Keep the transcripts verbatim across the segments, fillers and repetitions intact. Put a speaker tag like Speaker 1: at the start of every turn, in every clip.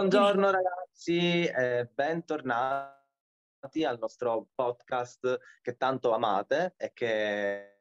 Speaker 1: Buongiorno ragazzi, eh, bentornati al nostro podcast che tanto amate e che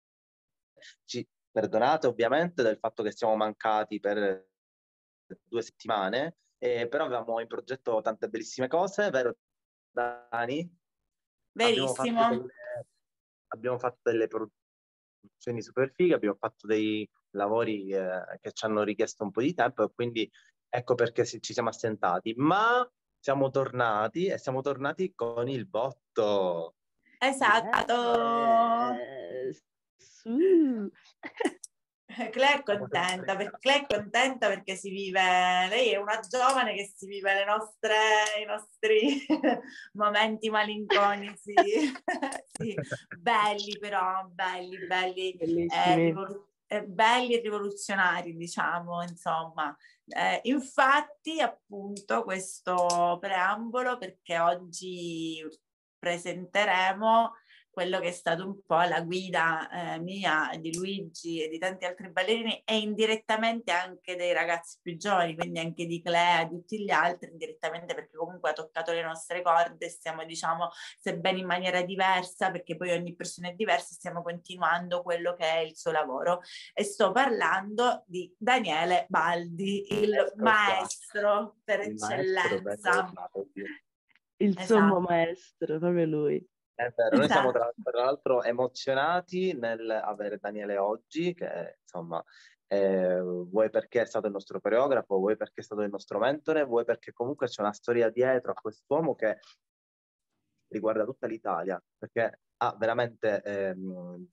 Speaker 1: ci perdonate ovviamente del fatto che siamo mancati per due settimane, eh, però avevamo in progetto tante bellissime cose, vero Dani? Abbiamo fatto
Speaker 2: Verissimo.
Speaker 1: delle, abbiamo fatto delle produzioni super fighe, abbiamo fatto dei lavori eh, che ci hanno richiesto un po' di tempo e quindi ecco perché si- ci siamo assentati, ma siamo tornati e siamo tornati con il botto.
Speaker 2: Esatto.
Speaker 3: Yes. Su.
Speaker 2: Clea è contenta, perché, Clea è contenta perché si vive, lei è una giovane che si vive le nostre, i nostri momenti malinconici, sì, belli però, belli, belli, eh,
Speaker 3: Bellissimi.
Speaker 2: rivolu- eh, belli e rivoluzionari, diciamo, insomma. Eh, infatti, appunto, questo preambolo, perché oggi presenteremo quello che è stato un po' la guida eh, mia, di Luigi e di tanti altri ballerini e indirettamente anche dei ragazzi più giovani, quindi anche di Clea e di tutti gli altri, indirettamente perché comunque ha toccato le nostre corde e stiamo, diciamo, sebbene in maniera diversa, perché poi ogni persona è diversa, stiamo continuando quello che è il suo lavoro. E sto parlando di Daniele Baldi, il
Speaker 1: Ecco qua.
Speaker 2: maestro per
Speaker 1: Il maestro
Speaker 2: eccellenza.
Speaker 1: Baldi.
Speaker 3: Il
Speaker 2: Esatto.
Speaker 3: sommo maestro, proprio lui.
Speaker 1: È vero, noi siamo
Speaker 2: Esatto.
Speaker 1: tra, tra l'altro emozionati nel avere Daniele oggi, che insomma, eh, vuoi perché è stato il nostro coreografo, vuoi perché è stato il nostro mentore, vuoi perché comunque c'è una storia dietro a quest'uomo che riguarda tutta l'Italia, perché ha veramente, ehm,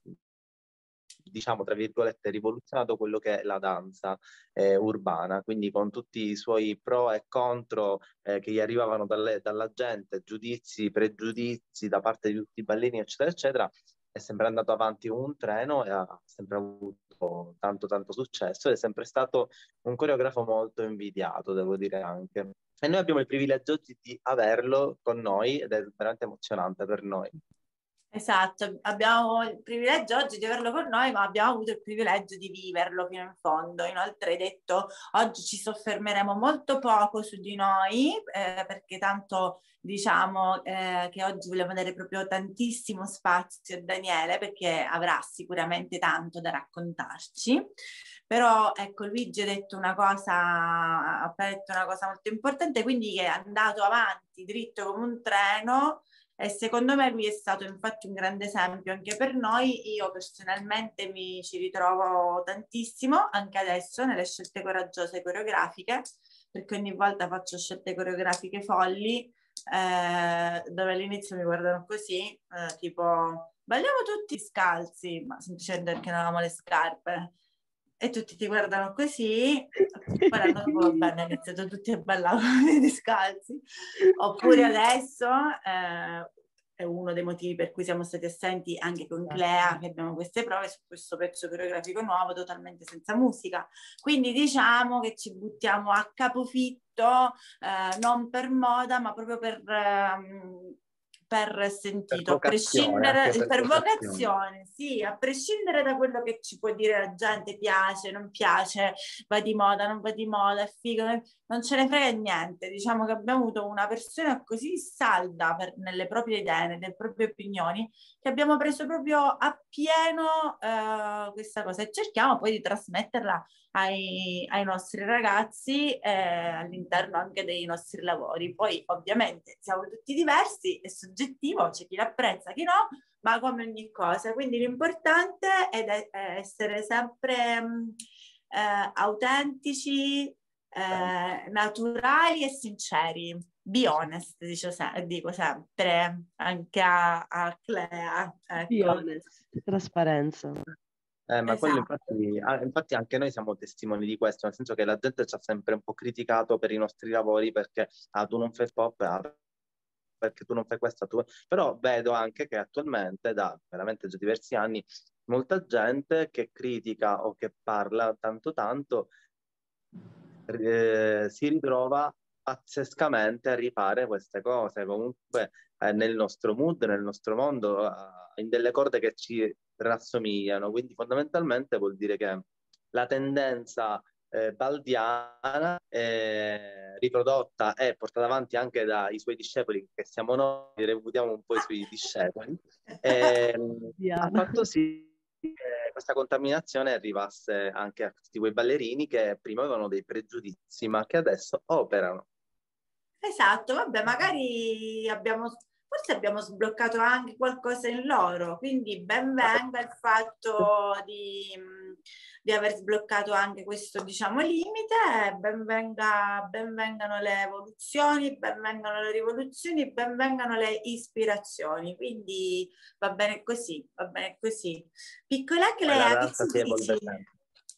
Speaker 1: diciamo, tra virgolette, rivoluzionato quello che è la danza eh, urbana, quindi con tutti i suoi pro e contro eh, che gli arrivavano dalle- dalla gente, giudizi, pregiudizi da parte di tutti i ballerini, eccetera, eccetera, è sempre andato avanti come un treno e ha sempre avuto tanto, tanto successo ed è sempre stato un coreografo molto invidiato, devo dire anche. E noi abbiamo il privilegio oggi di averlo con noi ed è veramente emozionante per noi.
Speaker 2: Esatto, abbiamo il privilegio oggi di averlo con noi, ma abbiamo avuto il privilegio di viverlo fino in fondo. Inoltre, hai detto, oggi ci soffermeremo molto poco su di noi, eh, perché tanto diciamo eh, che oggi vogliamo dare proprio tantissimo spazio a Daniele, perché avrà sicuramente tanto da raccontarci. Però ecco, Luigi ha detto una cosa, ha detto una cosa molto importante, quindi che è andato avanti dritto come un treno. E secondo me lui è stato infatti un grande esempio anche per noi. Io personalmente mi ci ritrovo tantissimo anche adesso nelle scelte coraggiose coreografiche, perché ogni volta faccio scelte coreografiche folli eh, dove all'inizio mi guardano così, eh, tipo balliamo tutti scalzi, ma semplicemente perché non avevamo le scarpe. E tutti ti guardano così, poi l'anno dopo va bene, hanno iniziato tutti a ballare con scalzi. Oppure adesso eh, è uno dei motivi per cui siamo stati assenti anche con Clea, che abbiamo queste prove su questo pezzo coreografico nuovo totalmente senza musica. Quindi diciamo che ci buttiamo a capofitto, eh, non per moda, ma proprio per... ehm, per sentito, a prescindere,
Speaker 1: per,
Speaker 2: per
Speaker 1: vocazione.
Speaker 2: vocazione, sì, a prescindere da quello che ci può dire la gente, piace, non piace, va di moda, non va di moda, è figo, non ce ne frega niente. Diciamo che abbiamo avuto una persona così salda per, nelle proprie idee, nelle proprie opinioni, che abbiamo preso proprio a pieno eh, questa cosa e cerchiamo poi di trasmetterla ai, ai nostri ragazzi eh, all'interno anche dei nostri lavori. Poi ovviamente siamo tutti diversi, è soggettivo, c'è chi l'apprezza, chi no, ma come ogni cosa. Quindi l'importante è, de- è essere sempre mh, eh, autentici, eh, naturali e sinceri. Be honest, dico, se- dico sempre, anche a, a Clea.
Speaker 3: Be
Speaker 2: Ecco.
Speaker 3: honest, trasparenza.
Speaker 1: Eh, ma quello
Speaker 2: Esatto.
Speaker 1: infatti, ah, infatti anche noi siamo testimoni di questo, nel senso che la gente ci ha sempre un po' criticato per i nostri lavori perché ah, tu non fai pop, ah, perché tu non fai questo, tu... però vedo anche che attualmente, da veramente già diversi anni, molta gente che critica o che parla tanto tanto eh, si ritrova pazzescamente a rifare queste cose, comunque eh, nel nostro mood, nel nostro mondo, eh, in delle corde che ci rassomigliano, quindi fondamentalmente vuol dire che la tendenza eh, baldiana, eh, riprodotta e portata avanti anche dai suoi discepoli, che siamo noi, reputiamo un po' i suoi discepoli, e, ha
Speaker 3: Diana.
Speaker 1: fatto sì che questa contaminazione arrivasse anche a tutti quei ballerini che prima avevano dei pregiudizi, ma che adesso operano.
Speaker 2: Esatto, vabbè, magari abbiamo, forse abbiamo sbloccato anche qualcosa in loro, quindi ben venga il fatto di, mh, di aver sbloccato anche questo, diciamo, limite, e ben venga, ben vengano le evoluzioni, ben vengano le rivoluzioni, ben vengano le ispirazioni, quindi va bene così, va bene così. Piccola
Speaker 1: Poi la
Speaker 2: Clea, che
Speaker 1: danza
Speaker 2: ci
Speaker 1: si evolve
Speaker 2: dici?
Speaker 1: sempre.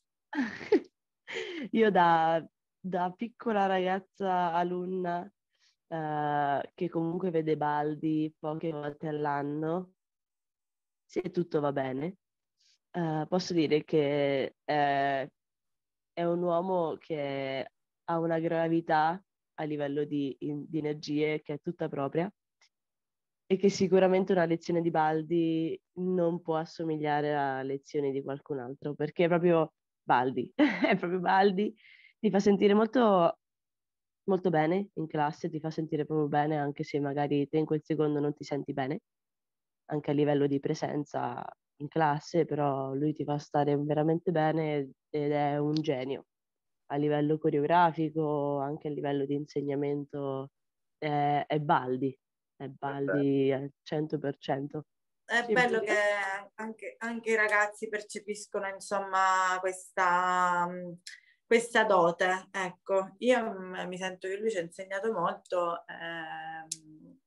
Speaker 3: Io da, da piccola ragazza alunna eh, che comunque vede Baldi poche volte all'anno, se tutto va bene, eh, posso dire che eh, è un uomo che ha una gravità a livello di, in- di energie che è tutta propria e che sicuramente una lezione di Baldi non può assomigliare a lezioni di qualcun altro, perché è proprio Baldi, è proprio Baldi, ti fa sentire molto, molto bene in classe, ti fa sentire proprio bene anche se magari te in quel secondo non ti senti bene, anche a livello di presenza in classe, però lui ti fa stare veramente bene ed è un genio a livello coreografico, anche a livello di insegnamento, è, è Baldi, è
Speaker 1: Vabbè.
Speaker 3: Baldi al cento per cento.
Speaker 2: È
Speaker 3: Sì,
Speaker 2: bello
Speaker 3: perché-
Speaker 2: che anche, anche i ragazzi percepiscono, insomma, questa, mh, questa dote. Ecco, io mh, mi sento che lui ci ha insegnato molto. ehm,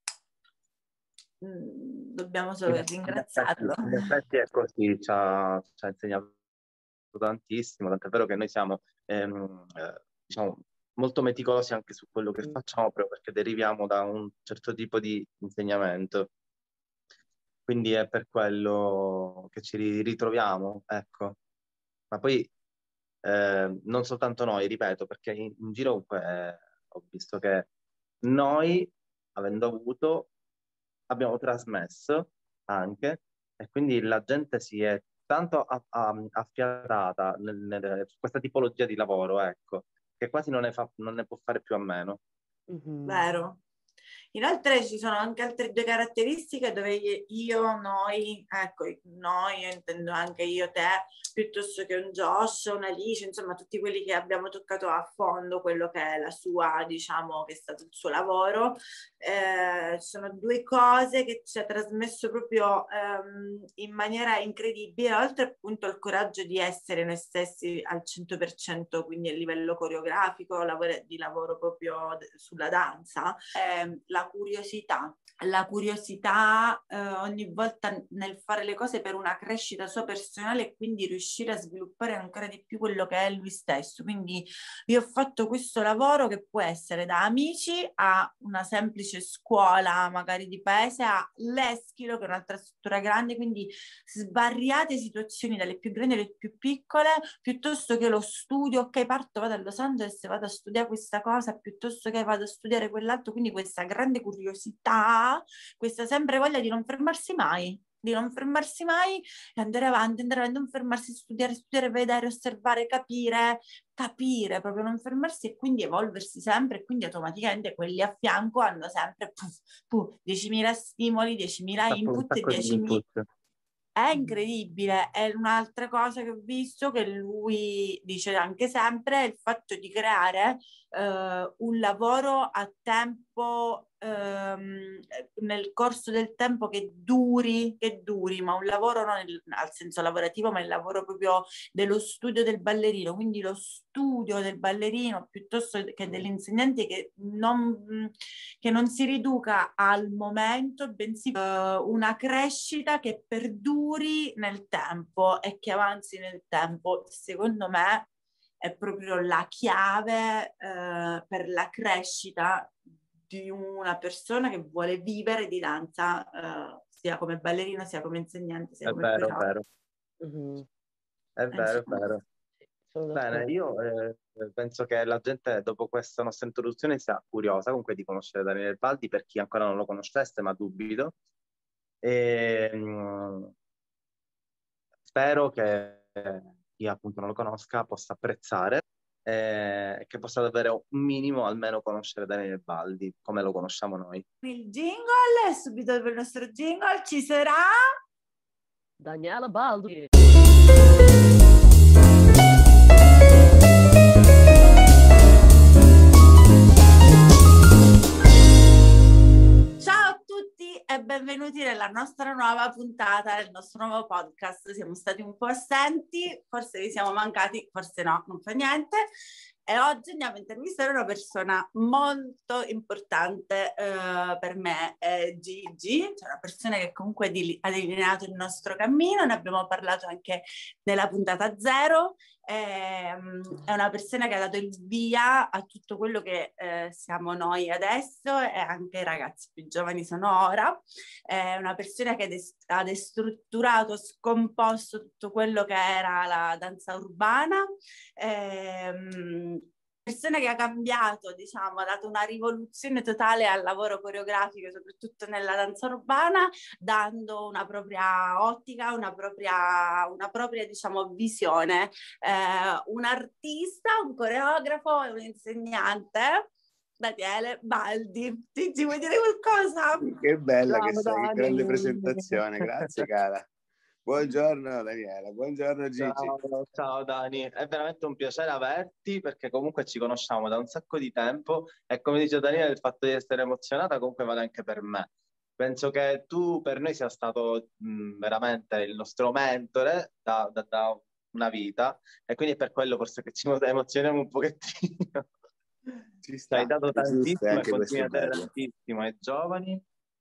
Speaker 2: mh, dobbiamo
Speaker 1: In
Speaker 2: solo
Speaker 1: in
Speaker 2: ringraziarlo.
Speaker 1: effetti, in effetti è così, ci ha, ci ha insegnato tantissimo, tant'è vero che noi siamo ehm, eh, diciamo, molto meticolosi anche su quello che facciamo, proprio perché deriviamo da un certo tipo di insegnamento. Quindi è per quello che ci ri- ritroviamo, ecco. Ma poi eh, non soltanto noi, ripeto, perché in, in giro comunque eh, ho visto che noi, avendo avuto, abbiamo trasmesso anche, e quindi la gente si è tanto a- a- affiatata nel- nel- su questa tipologia di lavoro, ecco, che quasi non ne fa- non ne può fare più a meno.
Speaker 3: Mhm.
Speaker 2: Vero. Inoltre ci sono anche altre due caratteristiche dove io, noi, ecco, noi, io intendo anche io, te, piuttosto che un Josh, una Alice, insomma tutti quelli che abbiamo toccato a fondo quello che è la sua, diciamo, che è stato il suo lavoro. Eh, sono due cose che ci ha trasmesso proprio ehm, in maniera incredibile, oltre appunto al coraggio di essere noi stessi al cento per cento, quindi a livello coreografico, lavoro, di lavoro proprio d- sulla danza, eh, la curiosità. La curiosità eh, ogni volta nel fare le cose per una crescita sua personale e quindi riuscire a sviluppare ancora di più quello che è lui stesso. Quindi io ho fatto questo lavoro che può essere da amici a una semplice scuola magari di paese, a l'Eschilo che è un'altra struttura grande, quindi svariate situazioni dalle più grandi alle più piccole, piuttosto che lo studio, ok parto, vado a Los Angeles, vado a studiare questa cosa, piuttosto che vado a studiare quell'altro, quindi questa grande curiosità, questa sempre voglia di non fermarsi mai, di non fermarsi mai e andare avanti, andare avanti, non fermarsi, studiare, studiare, vedere, osservare, capire, capire, proprio non fermarsi e quindi evolversi sempre e quindi automaticamente quelli a fianco hanno sempre puff, puff, diecimila stimoli, diecimila
Speaker 1: Un sacco, un
Speaker 2: input e
Speaker 1: sacco di
Speaker 2: diecimila
Speaker 1: input.
Speaker 2: è incredibile, è un'altra cosa che ho visto che lui dice anche sempre, è il fatto di creare eh, un lavoro a tempo, ehm, nel corso del tempo che duri, che duri, ma un lavoro non nel- al senso lavorativo, ma il lavoro proprio dello studio del ballerino, quindi lo studio del ballerino piuttosto che dell'insegnante che non, che non si riduca al momento, bensì eh, una crescita che perduri nel tempo e che avanzi nel tempo. Secondo me è proprio la chiave eh, per la crescita di una persona che vuole vivere di danza, eh, sia come ballerina, sia come insegnante, sia
Speaker 1: È
Speaker 2: come
Speaker 1: vero, è
Speaker 2: coreografo.
Speaker 1: vero,
Speaker 3: Mhm.
Speaker 1: è vero, è
Speaker 2: Insomma,
Speaker 1: vero.
Speaker 3: Sì, sono
Speaker 1: Bene,
Speaker 3: d'accordo.
Speaker 1: io eh, penso che la gente dopo questa nostra introduzione sia curiosa comunque di conoscere Daniele Baldi, per chi ancora non lo conoscesse, ma dubito. E, mm, spero che chi appunto non lo conosca possa apprezzare e eh, che possa davvero un minimo almeno conoscere Daniele Baldi come lo conosciamo noi.
Speaker 2: Il jingle, subito dopo il nostro jingle ci sarà
Speaker 3: Daniele Baldi.
Speaker 2: Ciao a tutti e benvenuti nella nostra nuova puntata, nel nostro nuovo podcast. Siamo stati un po' assenti, forse vi siamo mancati, forse no, non fa niente. E oggi andiamo a intervistare una persona molto importante eh, per me, è Gigi, cioè una persona che comunque ha delineato il nostro cammino. Ne abbiamo parlato anche nella puntata zero. È, è una persona che ha dato il via a tutto quello che eh, siamo noi adesso e anche i ragazzi più giovani sono ora. È una persona che ha destrutturato, scomposto tutto quello che era la danza urbana. È, persona che ha cambiato, diciamo, ha dato una rivoluzione totale al lavoro coreografico, soprattutto nella danza urbana, dando una propria ottica, una propria, una propria diciamo, visione. Eh, un artista, un coreografo e un insegnante, Daniele Baldi. Gigi, vuoi dire qualcosa?
Speaker 4: Che bella
Speaker 3: Ciao,
Speaker 4: che sei, che grande presentazione,
Speaker 3: Dani.
Speaker 4: grazie cara. Buongiorno Daniela, buongiorno Gigi.
Speaker 1: Ciao, ciao Dani, è veramente un piacere averti perché comunque ci conosciamo da un sacco di tempo e come dice Daniela il fatto di essere emozionata comunque vale anche per me. Penso che tu per noi sia stato mh, veramente il nostro mentore da, da, da una vita e quindi è per quello forse che ci emozioniamo un pochettino.
Speaker 4: Ci
Speaker 1: Ci hai dato tantissimo e continui a dare
Speaker 4: bello.
Speaker 1: tantissimo ai giovani.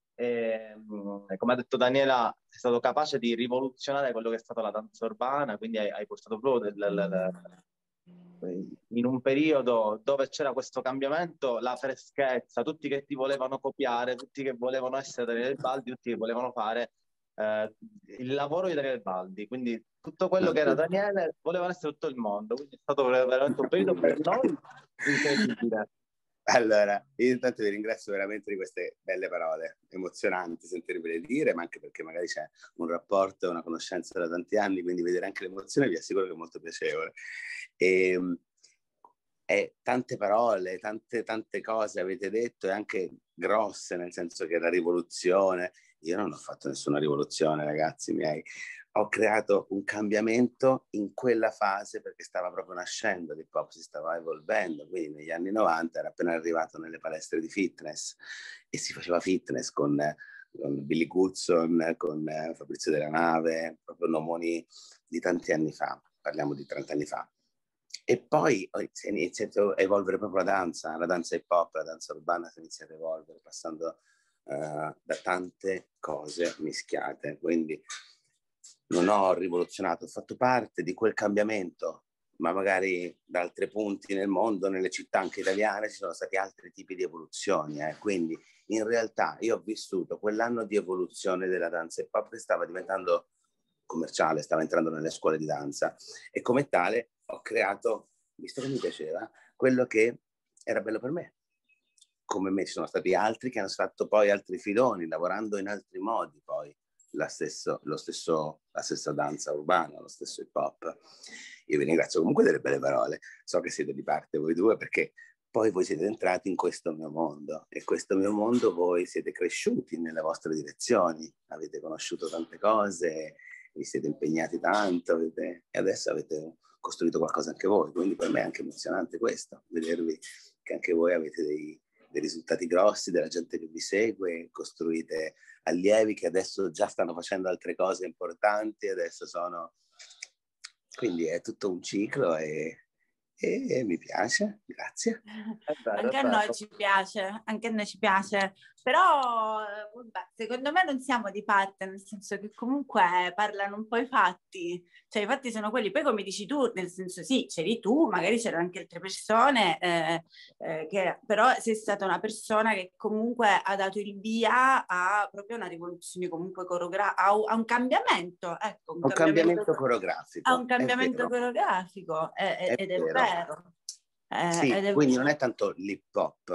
Speaker 1: E, come ha detto Daniela, sei stato capace di rivoluzionare quello che è stata la danza urbana, quindi hai, hai portato proprio del, del, del, in un periodo dove c'era questo cambiamento, la freschezza, tutti che ti volevano copiare, tutti che volevano essere Daniele Baldi, tutti che volevano fare eh, il lavoro di Daniele Baldi, quindi tutto quello che era Daniele volevano essere tutto il mondo, quindi è stato veramente un periodo per noi incredibile.
Speaker 4: Allora, io intanto vi ringrazio veramente di queste belle parole, emozionanti sentirvele dire, ma anche perché magari c'è un rapporto, una conoscenza da tanti anni, quindi vedere anche l'emozione vi assicuro che è molto piacevole. E, e tante parole, tante, tante cose avete detto e anche grosse, nel senso che la rivoluzione, io non ho fatto nessuna rivoluzione, ragazzi miei. Ho creato un cambiamento in quella fase perché stava proprio nascendo, l'hip hop si stava evolvendo, quindi negli anni novanta era appena arrivato nelle palestre di fitness e si faceva fitness con, con Billy Goodson, con Fabrizio Della Nave, proprio nomoni di tanti anni fa, parliamo di trenta anni fa. E poi si è iniziato a evolvere proprio la danza, la danza hip hop, la danza urbana si è iniziata a evolvere passando uh, da tante cose mischiate, quindi non ho rivoluzionato, ho fatto parte di quel cambiamento, ma magari da altri punti nel mondo, nelle città anche italiane, ci sono stati altri tipi di evoluzioni. Eh. Quindi in realtà io ho vissuto quell'anno di evoluzione della danza hip hop che stava diventando commerciale, stava entrando nelle scuole di danza e come tale ho creato, visto che mi piaceva, quello che era bello per me. Come me ci sono stati altri che hanno fatto poi altri filoni, lavorando in altri modi poi. La, stesso, lo stesso, la stessa danza urbana, lo stesso hip hop. Io vi ringrazio comunque delle belle parole, so che siete di parte voi due perché poi voi siete entrati in questo mio mondo e questo mio mondo voi siete cresciuti nelle vostre direzioni, avete conosciuto tante cose, vi siete impegnati tanto avete, e adesso avete costruito qualcosa anche voi, quindi per me è anche emozionante questo, vedervi che anche voi avete dei, dei risultati grossi, della gente che vi segue, costruite allievi che adesso già stanno facendo altre cose importanti, adesso sono... Quindi è tutto un ciclo e, e, e mi piace, grazie.
Speaker 1: È vero,
Speaker 2: anche
Speaker 1: è
Speaker 2: a noi
Speaker 1: vero.
Speaker 2: ci piace, anche a noi ci piace, però vabbè, secondo me non siamo di parte, nel senso che comunque parlano un po' i fatti, cioè i fatti sono quelli, poi come dici tu, nel senso sì, c'eri tu, magari c'erano anche altre persone, eh, eh, che, però sei stata una persona che comunque ha dato il via a proprio una rivoluzione comunque coreografica, a, a un cambiamento, ecco, un,
Speaker 4: un cambiamento, cambiamento coreografico.
Speaker 2: A un cambiamento coreografico, è, è,
Speaker 4: è
Speaker 2: ed è
Speaker 4: vero.
Speaker 2: vero. Eh,
Speaker 4: sì,
Speaker 2: ed è...
Speaker 4: quindi non è tanto l'hip hop,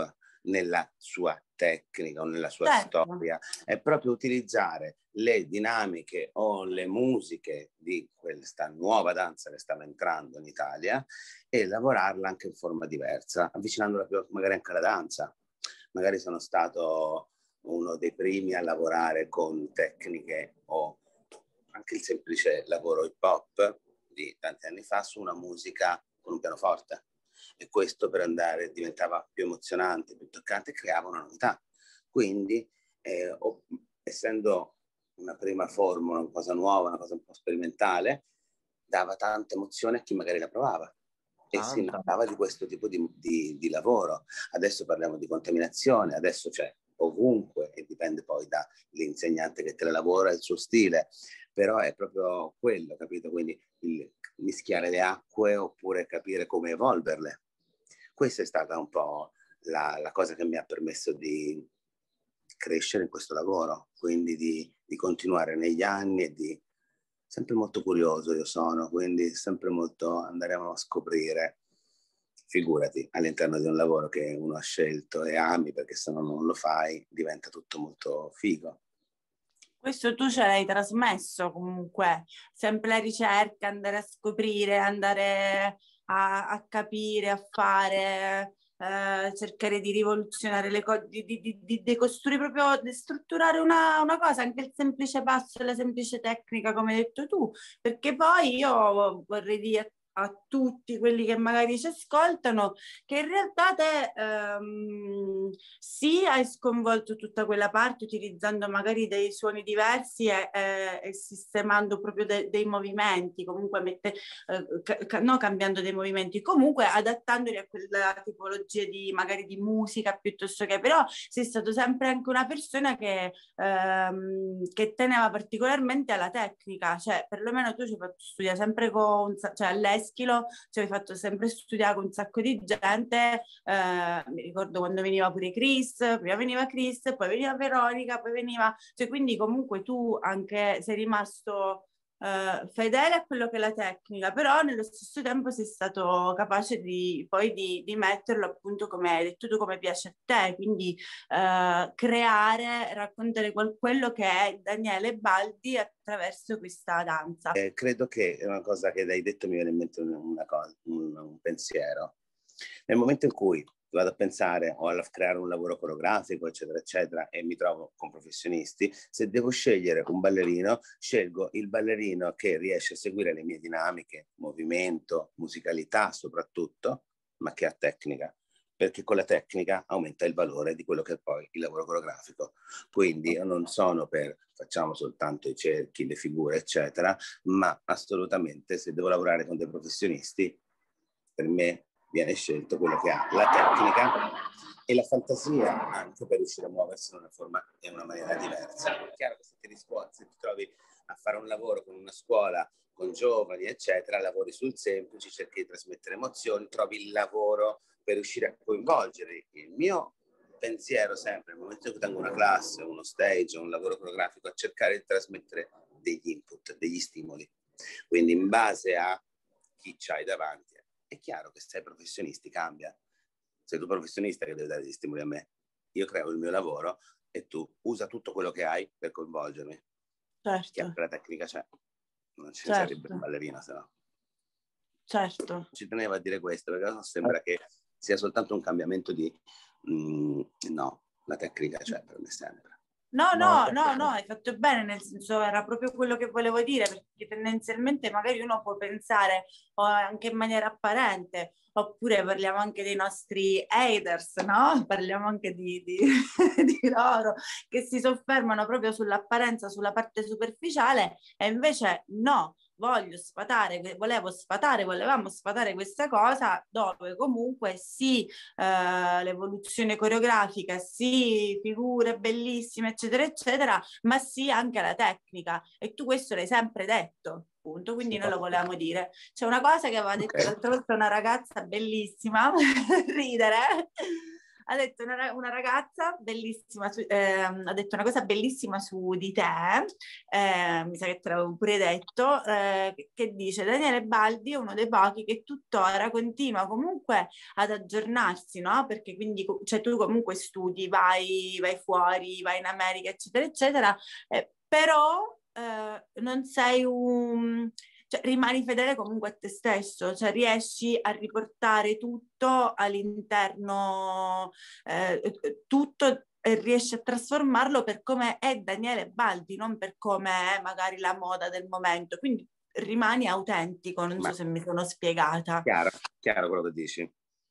Speaker 4: nella sua tecnica o nella sua
Speaker 2: Certo.
Speaker 4: storia, è proprio utilizzare le dinamiche o le musiche di questa nuova danza che stava entrando in Italia e lavorarla anche in forma diversa, avvicinandola più magari anche alla danza. Magari sono stato uno dei primi a lavorare con tecniche o anche il semplice lavoro hip hop di tanti anni fa su una musica con un pianoforte, e questo per andare diventava più emozionante, più toccante, creava una novità. Quindi eh, ho, essendo una prima formula, una cosa nuova, una cosa un po' sperimentale, dava tanta emozione a chi magari la provava e si innamorava di questo tipo di, di, di lavoro. Adesso parliamo di contaminazione, adesso c'è ovunque e dipende poi dall'insegnante che te la lavora, il suo stile, però è proprio quello, capito? Quindi il mischiare le acque oppure capire come evolverle. Questa è stata un po' la, la cosa che mi ha permesso di crescere in questo lavoro, quindi di, di continuare negli anni e di sempre molto curioso io sono, quindi sempre molto andremo a scoprire. Figurati, all'interno di un lavoro che uno ha scelto e ami, perché se no non lo fai, diventa tutto molto figo.
Speaker 2: Questo tu ce l'hai trasmesso comunque, sempre la ricerca, andare a scoprire, andare a, a capire, a fare, eh, cercare di rivoluzionare le cose, di, di, di, di decostruire proprio, di strutturare una, una cosa, anche il semplice passo e la semplice tecnica, come hai detto tu, perché poi io vorrei dire a tutti quelli che magari ci ascoltano che in realtà te ehm, sì, hai sconvolto tutta quella parte utilizzando magari dei suoni diversi e, e, e sistemando proprio de, dei movimenti, comunque mette, eh, ca, no, cambiando dei movimenti, comunque adattandoli a quella tipologia di magari di musica piuttosto che, però sei stato sempre anche una persona che, ehm, che teneva particolarmente alla tecnica, cioè perlomeno tu ci hai fatto studiare sempre con, cioè all'estero Schilo, ci hai fatto sempre studiare con un sacco di gente, eh, mi ricordo quando veniva pure Chris, prima veniva Chris, poi veniva Veronica, poi veniva, cioè quindi comunque tu anche sei rimasto eh, fedele a quello che è la tecnica, però nello stesso tempo sei stato capace di poi di, di metterlo appunto come hai detto tu, come piace a te, quindi eh, creare, raccontare quel, quello che è Daniele Baldi attraverso questa danza.
Speaker 4: Eh, credo che è una cosa che hai detto, mi viene in mente una cosa, un, un pensiero. Nel momento in cui vado a pensare o a creare un lavoro coreografico, eccetera, eccetera, e mi trovo con professionisti, se devo scegliere un ballerino, scelgo il ballerino che riesce a seguire le mie dinamiche, movimento, musicalità soprattutto, ma che ha tecnica, perché con la tecnica aumenta il valore di quello che è poi il lavoro coreografico. Quindi io non sono per facciamo soltanto i cerchi, le figure, eccetera, ma assolutamente se devo lavorare con dei professionisti, per me viene scelto quello che ha la tecnica e la fantasia anche per riuscire a muoversi in una forma e in una maniera diversa. È chiaro che se ti, riscuo- se ti trovi a fare un lavoro con una scuola, con giovani, eccetera, lavori sul semplice, cerchi di trasmettere emozioni, trovi il lavoro per riuscire a coinvolgere. Il mio pensiero sempre, nel momento in cui tengo una classe, uno stage, un lavoro coreografico, a cercare di trasmettere degli input, degli stimoli. Quindi in base a chi c'hai davanti, è chiaro che se sei professionisti cambia. Sei tu professionista che devi dare degli stimoli a me. Io creo il mio lavoro e tu usa tutto quello che hai per coinvolgermi.
Speaker 2: Certo.
Speaker 4: Chiaro che la tecnica c'è. Non ci
Speaker 2: certo.
Speaker 4: sarebbe un ballerino, se no.
Speaker 2: Certo.
Speaker 4: Ci tenevo a dire questo, perché sembra che sia soltanto un cambiamento di... Mm, no, la tecnica c'è per me sempre.
Speaker 2: No, no, no, no, hai fatto bene, nel senso era proprio quello che volevo dire, perché tendenzialmente magari uno può pensare oh, anche in maniera apparente, oppure parliamo anche dei nostri haters, no? Parliamo anche di, di, di loro che si soffermano proprio sull'apparenza, sulla parte superficiale, e invece no. Voglio sfatare, volevo sfatare, volevamo sfatare questa cosa dove comunque sì, eh, l'evoluzione coreografica, sì, figure bellissime, eccetera, eccetera, ma sì anche la tecnica. E tu questo l'hai sempre detto, appunto, quindi noi lo volevamo dire. C'è una cosa che aveva detto okay. l'altra volta una ragazza bellissima, ridere, ha detto una, una ragazza bellissima, su, eh, ha detto una cosa bellissima su di te, eh, mi sa che te l'avevo pure detto, eh, che dice: Daniele Baldi è uno dei pochi che tuttora continua comunque ad aggiornarsi, no? Perché quindi, cioè, tu comunque studi, vai, vai fuori, vai in America, eccetera, eccetera, eh, però eh, non sei un... Cioè, rimani fedele comunque a te stesso, cioè riesci a riportare tutto all'interno, eh, tutto, e riesci a trasformarlo per come è Daniele Baldi, non per come è magari la moda del momento. Quindi rimani autentico, non
Speaker 4: Ma
Speaker 2: so se mi sono spiegata.
Speaker 4: chiaro, chiaro quello che dici.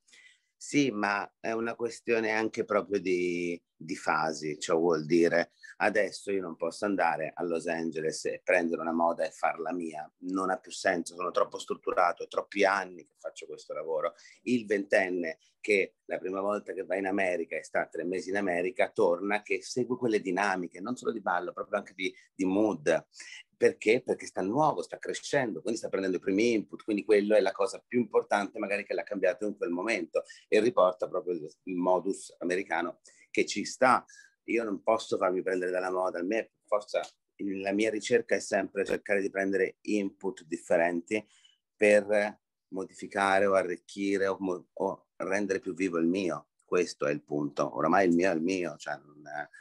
Speaker 4: Sì, ma è una questione anche proprio di, di fasi, cioè vuol dire adesso io non posso andare a Los Angeles e prendere una moda e farla mia, non ha più senso, sono troppo strutturato, è troppi anni che faccio questo lavoro. Il ventenne che la prima volta che va in America e sta tre mesi in America torna che segue quelle dinamiche, non solo di ballo, proprio anche di, di mood. Perché? Perché sta nuovo, sta crescendo, quindi sta prendendo i primi input, quindi quello è la cosa più importante magari che l'ha cambiato in quel momento e riporta proprio il, il modus americano che ci sta. Io non posso farmi prendere dalla moda, a me forza, la mia ricerca è sempre cercare di prendere input differenti per modificare o arricchire o, o rendere più vivo il mio. Questo è il punto. Oramai il mio è il mio, cioè non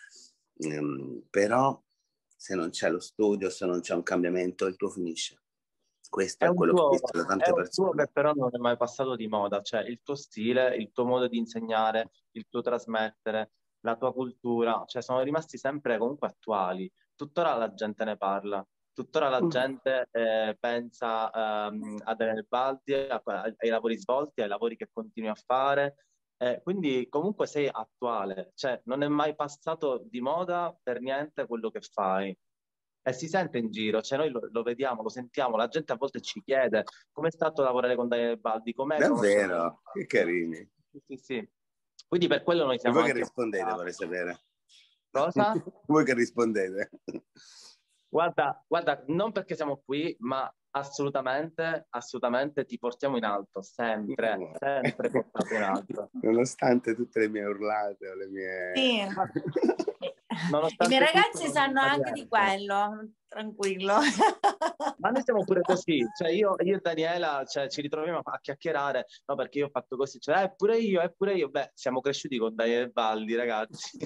Speaker 4: è, um, però se non c'è lo studio, se non c'è un cambiamento, il tuo finisce. Questo
Speaker 1: È
Speaker 4: è
Speaker 1: un
Speaker 4: quello che ho
Speaker 1: tuo,
Speaker 4: visto da
Speaker 1: è
Speaker 4: tante
Speaker 1: un tuo
Speaker 4: persone.
Speaker 1: che però non è mai passato di moda, cioè il tuo stile, il tuo modo di insegnare, il tuo trasmettere, la tua cultura, cioè sono rimasti sempre comunque attuali. Tuttora la gente ne parla, tuttora la
Speaker 3: Mm.
Speaker 1: gente eh, pensa ehm, a Daniele Baldi, a- ai lavori svolti, ai lavori che continui a fare. Eh, quindi comunque sei attuale, cioè non è mai passato di moda per niente quello che fai. E si sente in giro, cioè noi lo, lo vediamo, lo sentiamo, la gente a volte ci chiede com'è stato lavorare con Daniele Baldi, com'è conoscere Daniele
Speaker 4: Davvero? Che
Speaker 1: Baldi.
Speaker 4: carini.
Speaker 1: Sì, sì, sì. Quindi per quello noi
Speaker 4: E
Speaker 1: siamo
Speaker 4: voi che
Speaker 1: anche
Speaker 4: rispondete,
Speaker 1: qua.
Speaker 4: vorrei sapere.
Speaker 1: Cosa?
Speaker 4: Voi che rispondete?
Speaker 1: Guarda, guarda, non perché siamo qui, ma assolutamente, assolutamente ti portiamo in alto, sempre, sempre portato in alto.
Speaker 4: Nonostante tutte le mie urlate o le mie...
Speaker 2: Sì. I miei
Speaker 1: Nonostante
Speaker 2: ragazzi
Speaker 1: tutto,
Speaker 2: sanno
Speaker 1: fa
Speaker 2: anche di
Speaker 1: niente.
Speaker 2: quello, tranquillo.
Speaker 1: Ma noi siamo pure così, cioè io, io e Daniela cioè, ci ritroviamo a chiacchierare, no perché io ho fatto così, cioè eh, pure io, eh, pure io, beh siamo cresciuti con Daniele Baldi ragazzi,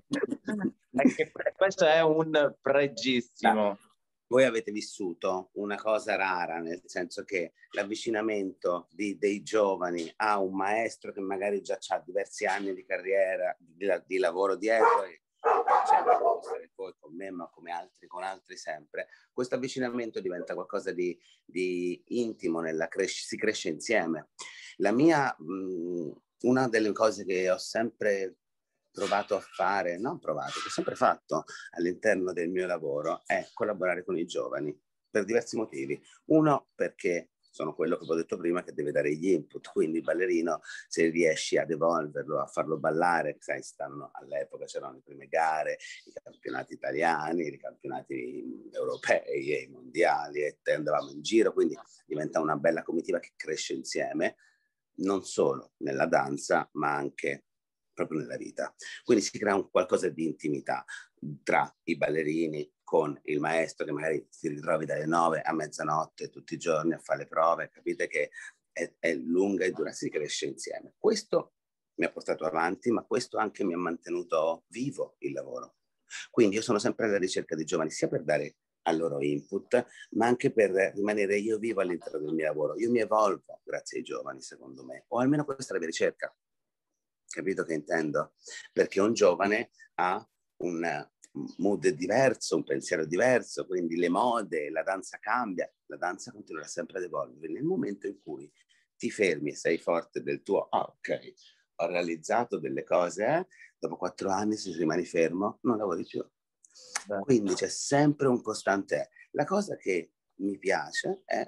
Speaker 1: e che questo è un pregissimo.
Speaker 4: Voi avete vissuto una cosa rara, nel senso che l'avvicinamento di, dei giovani a un maestro che magari già ha diversi anni di carriera, di, di lavoro dietro, e cioè, può essere voi con me, ma come altri, con altri sempre, questo avvicinamento diventa qualcosa di, di intimo, nella cres- si cresce insieme. La mia, mh, una delle cose che ho sempre provato a fare, non provato, che ho sempre fatto all'interno del mio lavoro è collaborare con i giovani per diversi motivi. Uno, perché sono quello che ho detto prima, che deve dare gli input, quindi il ballerino, se riesci ad evolverlo, a farlo ballare, sai, stanno all'epoca, c'erano le prime gare, i campionati italiani, i campionati europei e i mondiali, e andavamo in giro, quindi diventa una bella comitiva che cresce insieme, non solo nella danza, ma anche proprio nella vita. Quindi si crea un qualcosa di intimità tra i ballerini con il maestro che magari si ritrovi dalle nove a mezzanotte tutti i giorni a fare le prove, capite che è, è lunga e dura, si cresce insieme. Questo mi ha portato avanti, ma questo anche mi ha mantenuto vivo il lavoro. Quindi io sono sempre alla ricerca di giovani, sia per dare al loro input, ma anche per rimanere io vivo all'interno del mio lavoro. Io mi evolvo grazie ai giovani, secondo me, o almeno questa è la mia ricerca. Capito che intendo? Perché un giovane ha un mood diverso, un pensiero diverso, quindi le mode, la danza cambia, la danza continuerà sempre ad evolvere. Nel momento in cui ti fermi e sei forte del tuo, ah ok, ho realizzato delle cose, eh? Dopo quattro anni se rimani fermo non lavori più. Beh. Quindi c'è sempre un costante. La cosa che mi piace è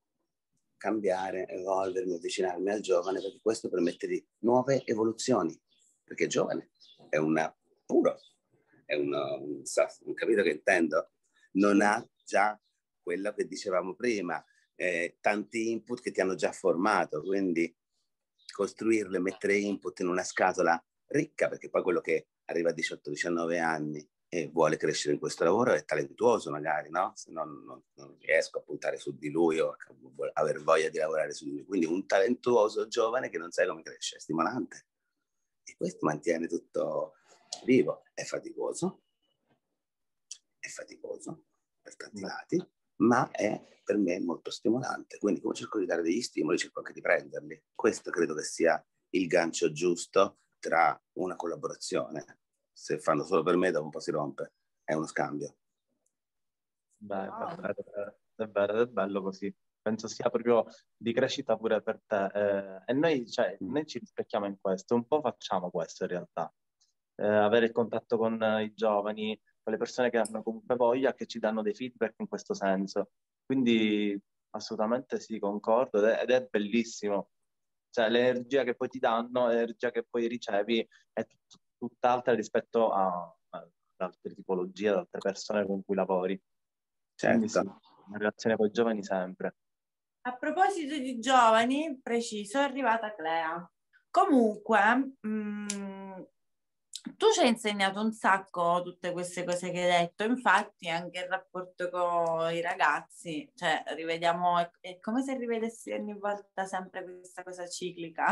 Speaker 4: cambiare, evolvermi, avvicinarmi al giovane, perché questo permette di nuove evoluzioni, perché è giovane, è una puro, è una, un, un capito che intendo? Non ha già quello che dicevamo prima, eh, tanti input che ti hanno già formato, quindi costruirlo e mettere input in una scatola ricca, perché poi quello che arriva a diciotto diciannove anni e vuole crescere in questo lavoro è talentuoso magari, no? Se no non, non riesco a puntare su di lui o a aver voglia di lavorare su di lui. Quindi un talentuoso giovane che non sa come cresce, è stimolante. E questo mantiene tutto vivo. È faticoso, è faticoso per tanti lati, ma è per me molto stimolante. Quindi come cerco di dare degli stimoli, cerco anche di prenderli. Questo credo che sia il gancio giusto tra una collaborazione. Se fanno solo per me, dopo un po' si rompe. È uno scambio.
Speaker 1: Beh,
Speaker 2: Wow.
Speaker 1: è vero, è vero, è bello così. Penso sia proprio di crescita pure per te. Eh, e noi, cioè, noi ci rispecchiamo in questo, un po' facciamo questo in realtà. Eh, avere il contatto con eh, i giovani, con le persone che hanno comunque voglia, che ci danno dei feedback in questo senso. Quindi assolutamente sì, concordo, ed è, ed è bellissimo. Cioè, l'energia che poi ti danno, l'energia che poi ricevi è tut- tutt'altra rispetto a, a- ad altre tipologie, ad altre persone con cui lavori. Quindi sì,
Speaker 4: Certo.
Speaker 1: una relazione con i giovani sempre.
Speaker 2: A proposito di giovani, preciso, è arrivata Clea. Comunque, mh, tu ci hai insegnato un sacco tutte queste cose che hai detto, infatti anche il rapporto con i ragazzi, cioè rivediamo, è, è come se rivedessi ogni volta sempre questa cosa ciclica.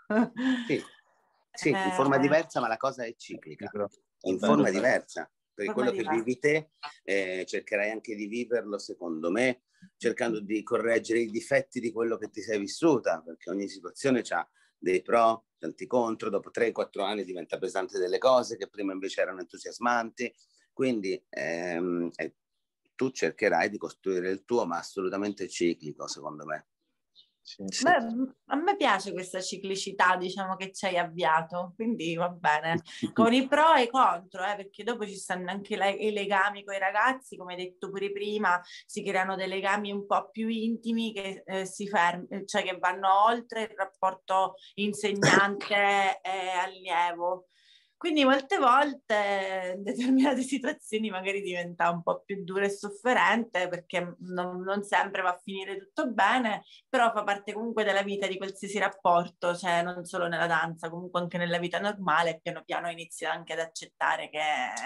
Speaker 4: Sì, sì, in forma
Speaker 2: Eh,
Speaker 4: diversa, ma la cosa è ciclica.
Speaker 1: È
Speaker 4: In
Speaker 1: vero,
Speaker 4: forma
Speaker 1: è vero.
Speaker 4: diversa. Perché
Speaker 2: Forma
Speaker 4: quello che
Speaker 2: diversa.
Speaker 4: vivi te, eh, cercherai anche di viverlo, secondo me, cercando di correggere i difetti di quello che ti sei vissuta, perché ogni situazione ha dei pro, tanti contro, dopo tre quattro anni diventa pesante delle cose che prima invece erano entusiasmanti, quindi ehm, eh, tu cercherai di costruire il tuo, ma assolutamente ciclico, secondo me.
Speaker 1: Sì.
Speaker 4: Sì.
Speaker 2: Beh, a me piace questa ciclicità, diciamo, che ci hai avviato, quindi va bene. Con i pro e i contro, eh, perché dopo ci stanno anche le- i legami con i ragazzi, come hai detto pure prima, si creano dei legami un po' più intimi che eh, si ferm- cioè che vanno oltre il rapporto insegnante e allievo. Quindi molte volte in determinate situazioni magari diventa un po' più dura e sofferente perché non, non sempre va a finire tutto bene, però fa parte comunque della vita di qualsiasi rapporto, cioè non solo nella danza, comunque anche nella vita normale, piano piano inizi anche ad accettare che,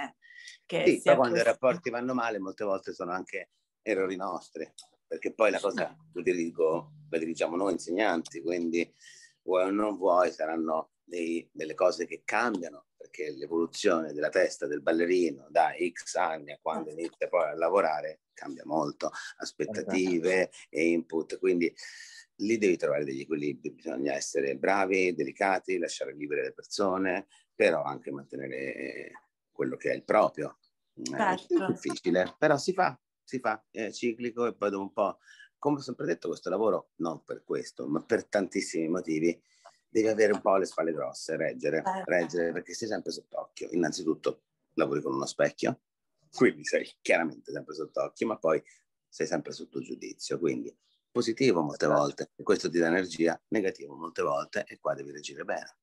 Speaker 2: che
Speaker 4: Sì, poi
Speaker 2: sia
Speaker 4: quando i
Speaker 2: così.
Speaker 4: rapporti vanno male, molte volte sono anche errori nostri, perché poi la cosa lo dirigo, lo dirigiamo noi insegnanti, quindi vuoi o non vuoi saranno dei, delle cose che cambiano, perché l'evoluzione della testa del ballerino da X anni a quando inizia poi a lavorare cambia molto, aspettative e input, quindi lì devi trovare degli equilibri, bisogna essere bravi, delicati, lasciare libere le persone, però anche mantenere quello che è il proprio. È
Speaker 2: Certo.
Speaker 4: difficile, però si fa, si fa, è ciclico e poi dopo un po', come ho sempre detto, questo lavoro, non per questo, ma per tantissimi motivi, devi avere un po' le spalle grosse, reggere,
Speaker 2: Certo.
Speaker 4: reggere perché sei sempre sott'occhio. Innanzitutto lavori con uno specchio, quindi sei chiaramente sempre sott'occhio, ma poi sei sempre sotto giudizio, quindi positivo molte volte, e questo ti dà energia, negativo molte volte, e qua devi reagire bene.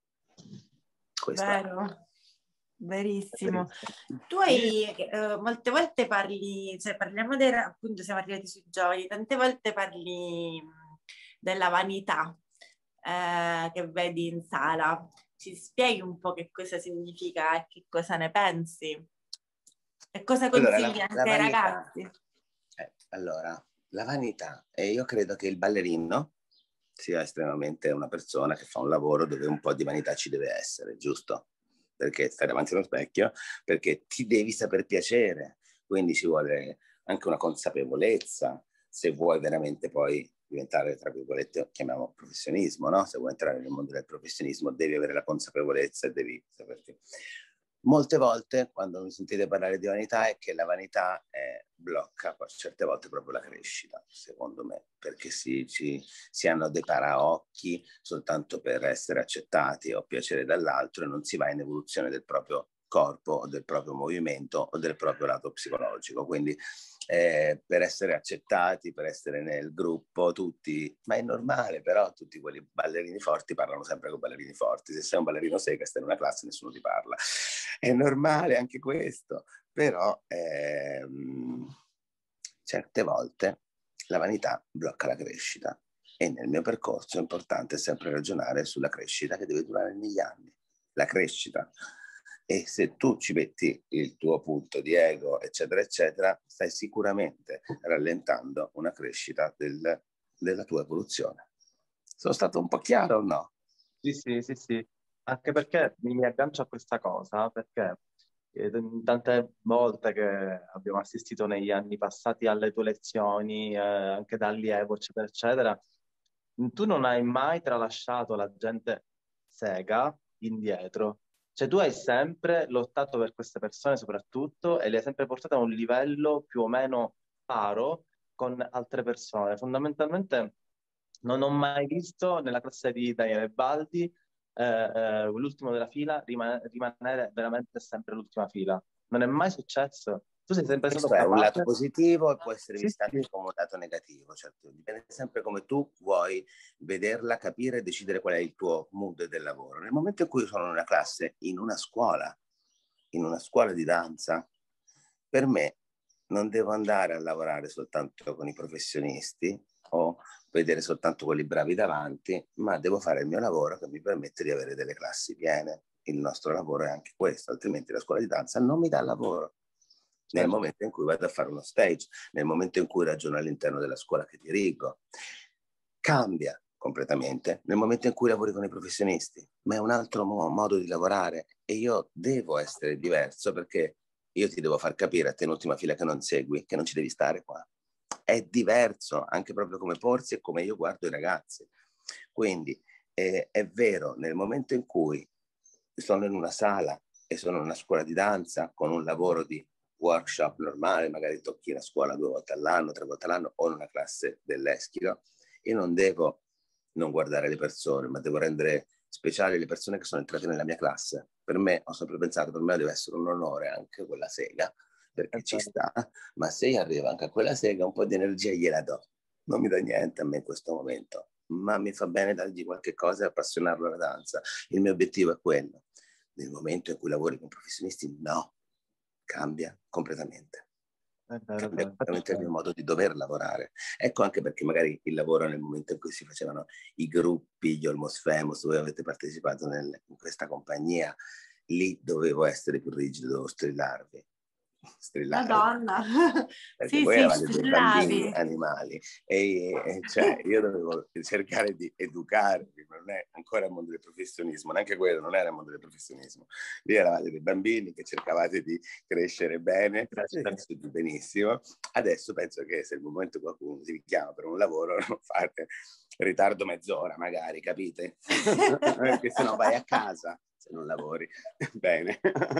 Speaker 4: Questo
Speaker 2: Vero,
Speaker 4: è.
Speaker 2: verissimo. Tu hai, eh, molte volte parli, cioè parliamo dei, appunto siamo arrivati sui giovani, tante volte parli mh, della vanità eh, che vedi in sala. Ci spieghi un po' che cosa significa e che cosa ne pensi? E cosa
Speaker 4: Allora,
Speaker 2: consigli
Speaker 4: la, la
Speaker 2: anche ai
Speaker 4: vanità,
Speaker 2: ragazzi?
Speaker 4: eh, allora, la vanità, e io credo che il ballerino sia estremamente una persona che fa un lavoro dove un po' di vanità ci deve essere, giusto? Perché stai davanti allo specchio, perché ti devi saper piacere, quindi ci vuole anche una consapevolezza, se vuoi veramente poi diventare, tra virgolette, chiamiamo professionismo, no? Se vuoi entrare nel mondo del professionismo devi avere la consapevolezza e devi saperti. Molte volte, quando mi sentite parlare di vanità, è che la vanità eh, blocca certe volte proprio la crescita, secondo me, perché si, ci, si hanno dei paraocchi soltanto per essere accettati o piacere dall'altro e non si va in evoluzione del proprio corpo o del proprio movimento o del proprio lato psicologico. Quindi eh, per essere accettati, per essere nel gruppo, tutti, ma è normale, però tutti quelli ballerini forti parlano sempre con ballerini forti. Se sei un ballerino secco e stai in una classe nessuno ti parla. È normale anche questo, però ehm, certe volte la vanità blocca la crescita e nel mio percorso è importante sempre ragionare sulla crescita che deve durare negli anni. la crescita. E se tu ci metti il tuo punto di ego, eccetera, eccetera, stai sicuramente rallentando una crescita del, della tua evoluzione. Sono stato un po' chiaro o no?
Speaker 1: Sì, sì, sì, sì. Anche perché mi, mi aggancio a questa cosa, perché eh, tante volte che abbiamo assistito negli anni passati alle tue lezioni, eh, anche da allievo, eccetera, eccetera, tu non hai mai tralasciato la gente sega indietro. Cioè tu hai sempre lottato per queste persone soprattutto e le hai sempre portate a un livello più o meno paro con altre persone. Fondamentalmente non ho mai visto nella classe di Daniele Baldi eh, eh, l'ultimo della fila rima- rimanere veramente sempre l'ultima fila. Non è mai successo. Tu sei sempre stato
Speaker 4: Questo è un lato
Speaker 1: capace.
Speaker 4: positivo e può essere
Speaker 1: Sì,
Speaker 4: visto
Speaker 1: sì.
Speaker 4: anche come un lato negativo, certo. Dipende sempre come tu vuoi vederla, capire e decidere qual è il tuo mood del lavoro. Nel momento in cui sono in una classe, in una scuola, in una scuola di danza, per me non devo andare a lavorare soltanto con i professionisti o vedere soltanto quelli bravi davanti, ma devo fare il mio lavoro che mi permette di avere delle classi piene. Il nostro lavoro è anche questo, altrimenti la scuola di danza non mi dà lavoro. Nel
Speaker 1: Certo.
Speaker 4: momento in cui vado a fare uno stage, nel momento in cui ragiono all'interno della scuola che dirigo, cambia completamente nel momento in cui lavori con i professionisti, ma è un altro mo- modo di lavorare e io devo essere diverso perché io ti devo far capire a te in ultima fila che non segui, che non ci devi stare qua. È diverso anche proprio come porsi e come io guardo i ragazzi. Quindi eh, è vero, nel momento in cui sono in una sala e sono in una scuola di danza con un lavoro di workshop normale, magari tocchi la scuola due volte all'anno, tre volte all'anno o in una classe dell'Eschilo, io non devo non guardare le persone, ma devo rendere speciali le persone che sono entrate nella mia classe. Per me, ho sempre pensato, per me deve essere un onore anche quella sega, perché ci sta, ma se io arrivo anche a quella sega, un po' di energia gliela do. Non mi dà niente a me in questo momento, ma mi fa bene dargli qualche cosa e appassionarlo alla danza. Il mio obiettivo è quello. Nel momento in cui lavori con professionisti, no, cambia completamente.
Speaker 1: È vero, è
Speaker 4: Cambia
Speaker 1: vero.
Speaker 4: completamente il
Speaker 1: Infatti,
Speaker 4: mio modo di dover lavorare. Ecco anche perché magari il lavoro nel momento in cui si facevano i gruppi, gli Almost Famous, voi avete partecipato nel, in questa compagnia, lì dovevo essere più rigido, dovevo strillarvi. Strillarvi.
Speaker 2: Madonna.
Speaker 4: Perché
Speaker 2: Sì,
Speaker 4: voi
Speaker 2: sì,
Speaker 4: eravate dei bambini
Speaker 2: strillavi.
Speaker 4: animali e, e cioè io dovevo cercare di educarvi, ma non è ancora il mondo del professionismo, neanche quello non era il mondo del professionismo. Lì eravate dei bambini che cercavate di crescere bene, siete benissimo. Adesso penso che se il momento qualcuno ti chiama per un lavoro, non fate ritardo mezz'ora magari, capite? Perché sennò vai a casa se non lavori. Bene.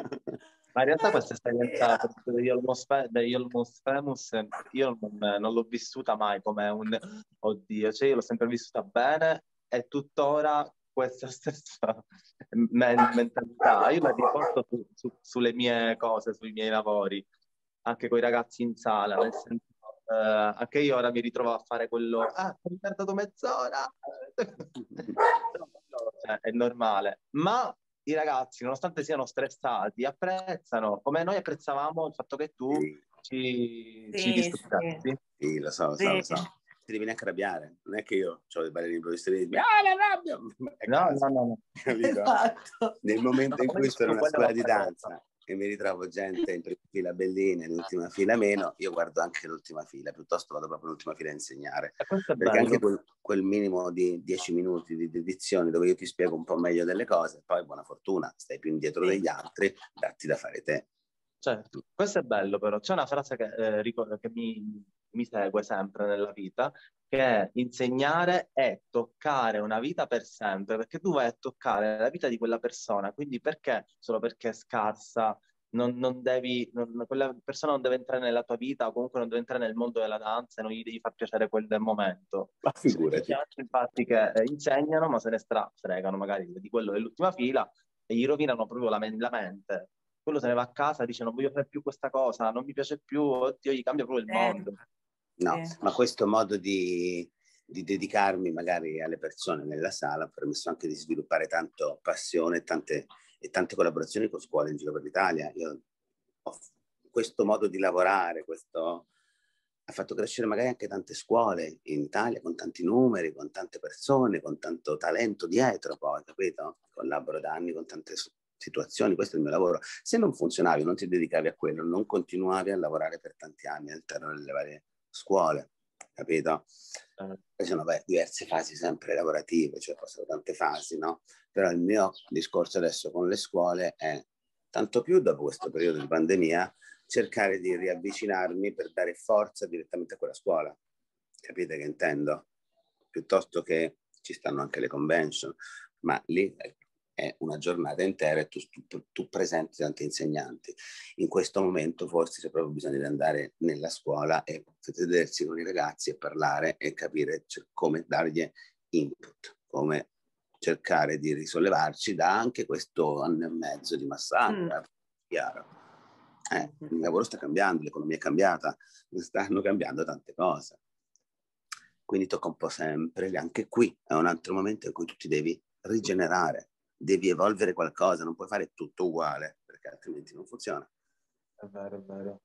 Speaker 1: ma in realtà questa esperienza degli Almost, Fa- degli Almost Famous io non, non l'ho vissuta mai come un oddio, cioè io l'ho sempre vissuta bene e tuttora questa stessa men- mentalità io la riporto su- su- sulle mie cose, sui miei lavori, anche con i ragazzi in sala, nel senso, eh, anche io ora mi ritrovo a fare quello, ah, ho ritardato mezz'ora, no, no, cioè, è normale, ma i ragazzi, nonostante siano stressati, apprezzano, come noi apprezzavamo il fatto che tu
Speaker 4: Sì,
Speaker 1: ci, ci
Speaker 2: Sì, sì,
Speaker 1: disturbassi.
Speaker 4: sì, lo so, lo so,
Speaker 2: sì.
Speaker 4: lo so. Ti devi neanche arrabbiare. Non è che io ho dei ballerini professionisti, ah, la rabbia! È
Speaker 1: No, no,
Speaker 4: caso,
Speaker 1: no, no.
Speaker 4: capito?
Speaker 2: Esatto.
Speaker 4: Nel
Speaker 1: No,
Speaker 4: momento in
Speaker 1: come
Speaker 4: cui
Speaker 1: dici
Speaker 4: sono in
Speaker 1: tu,
Speaker 4: una
Speaker 1: quella è
Speaker 4: scuola di
Speaker 1: un'altra cosa.
Speaker 4: danza e mi ritrovo gente in prima fila bellina, in ultima fila meno, io guardo anche l'ultima fila, piuttosto vado proprio all'ultima fila a insegnare.
Speaker 1: E questo è
Speaker 4: Perché anche
Speaker 1: bello.
Speaker 4: quel, quel minimo di dieci minuti di dedizione dove io ti spiego un po' meglio delle cose, poi buona fortuna, stai più indietro
Speaker 2: Sì.
Speaker 4: degli altri, datti da fare te.
Speaker 1: Certo, questo è bello però. C'è una frase che, eh, ricordo, che mi, mi segue sempre nella vita, che è insegnare è toccare una vita per sempre, perché tu vai a toccare la vita di quella persona, quindi perché solo perché è scarsa, non, non devi, non- quella persona non deve entrare nella tua vita o comunque non deve entrare nel mondo della danza e non gli devi far piacere quel momento.
Speaker 4: Ma
Speaker 1: Ci sono
Speaker 4: figurati.
Speaker 1: tanti infatti che eh, insegnano ma se ne strafregano magari di quello dell'ultima fila e gli rovinano proprio la, men- la mente. Quello se ne va a casa, dice non voglio fare più questa cosa, non mi piace più, oddio, gli cambia proprio il
Speaker 2: Sì.
Speaker 1: mondo.
Speaker 4: No,
Speaker 2: Sì.
Speaker 4: ma questo modo di, di dedicarmi magari alle persone nella sala ha permesso anche di sviluppare tanto passione e tante, e tante collaborazioni con scuole in giro per l'Italia. Io ho questo modo di lavorare, questo, ha fatto crescere magari anche tante scuole in Italia, con tanti numeri, con tante persone, con tanto talento dietro poi, capito? Collaboro da anni con tante situazioni, questo è il mio lavoro. Se non funzionavi, non ti dedicavi a quello, non continuavi a lavorare per tanti anni all'interno delle varie scuole, capito? Poi sono beh, diverse fasi sempre lavorative, cioè passano tante fasi, no? Però il mio discorso adesso con le scuole è, tanto più dopo questo periodo di pandemia, cercare di riavvicinarmi per dare forza direttamente a quella scuola. Capite che intendo? Piuttosto che ci stanno anche le convention, ma lì è una giornata intera e tu, tu, tu presenti tanti insegnanti. In questo momento forse c'è proprio bisogno di andare nella scuola e sedersi con i ragazzi e parlare e capire cioè, come dargli input, come cercare di risollevarci da anche questo anno e mezzo di massacro. Mm. Chiaro. Eh, il lavoro sta cambiando, l'economia è cambiata, stanno cambiando tante cose. Quindi tocca un po' sempre, anche qui è un altro momento in cui tu ti devi rigenerare, devi evolvere qualcosa, non puoi fare tutto uguale, perché altrimenti non funziona.
Speaker 1: È vero, è vero.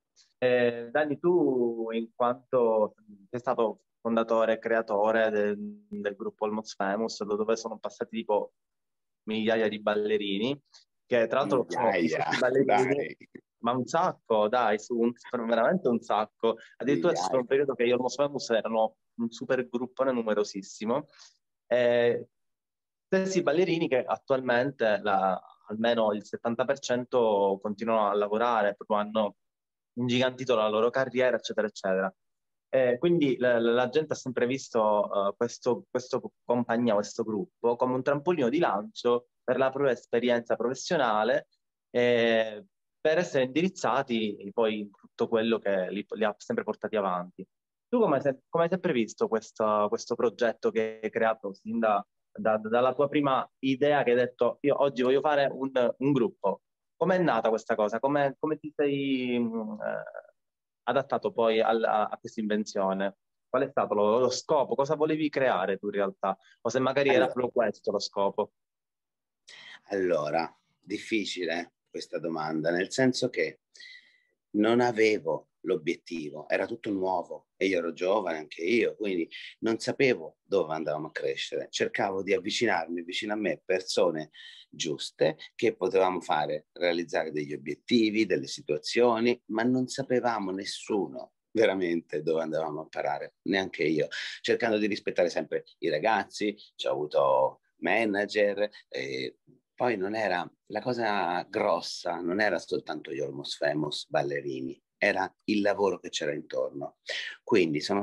Speaker 1: Eh, Dani, tu in quanto sei stato fondatore e creatore del, del gruppo Almost Famous, dove sono passati tipo migliaia di ballerini, che tra l'altro sono i ballerini, dai. Ma un sacco, dai, su un, veramente un sacco. Addirittura c'è stato un periodo che gli Almost Famous erano un super gruppone numerosissimo. Eh, stessi ballerini che attualmente la, almeno il settanta per cento continuano a lavorare, proprio hanno ingigantito la loro carriera, eccetera, eccetera. Eh, quindi la, la gente ha sempre visto uh, questo, questo compagnia, questo gruppo, come un trampolino di lancio per la propria esperienza professionale, eh, per essere indirizzati poi in tutto quello che li, li ha sempre portati avanti. Tu come, se, come hai sempre visto questo, questo progetto che hai creato sin da, da, dalla tua prima idea che hai detto io oggi voglio fare un, un gruppo? Com'è nata questa cosa? Come, come ti sei eh, adattato poi al, a, a questa invenzione? Qual è stato lo, lo scopo? Cosa volevi creare tu in realtà? O se magari allora, era proprio questo lo scopo?
Speaker 4: Allora, difficile questa domanda, nel senso che non avevo l'obiettivo, era tutto nuovo e io ero giovane anche io, quindi non sapevo dove andavamo a crescere. Cercavo di avvicinarmi vicino a me persone giuste che potevamo fare realizzare degli obiettivi, delle situazioni, ma non sapevamo nessuno veramente dove andavamo a parare, neanche io, cercando di rispettare sempre i ragazzi. Ci ho avuto manager, eh, poi non era, la cosa grossa non era soltanto gli Almost Famous ballerini, era il lavoro che c'era intorno. Quindi sono,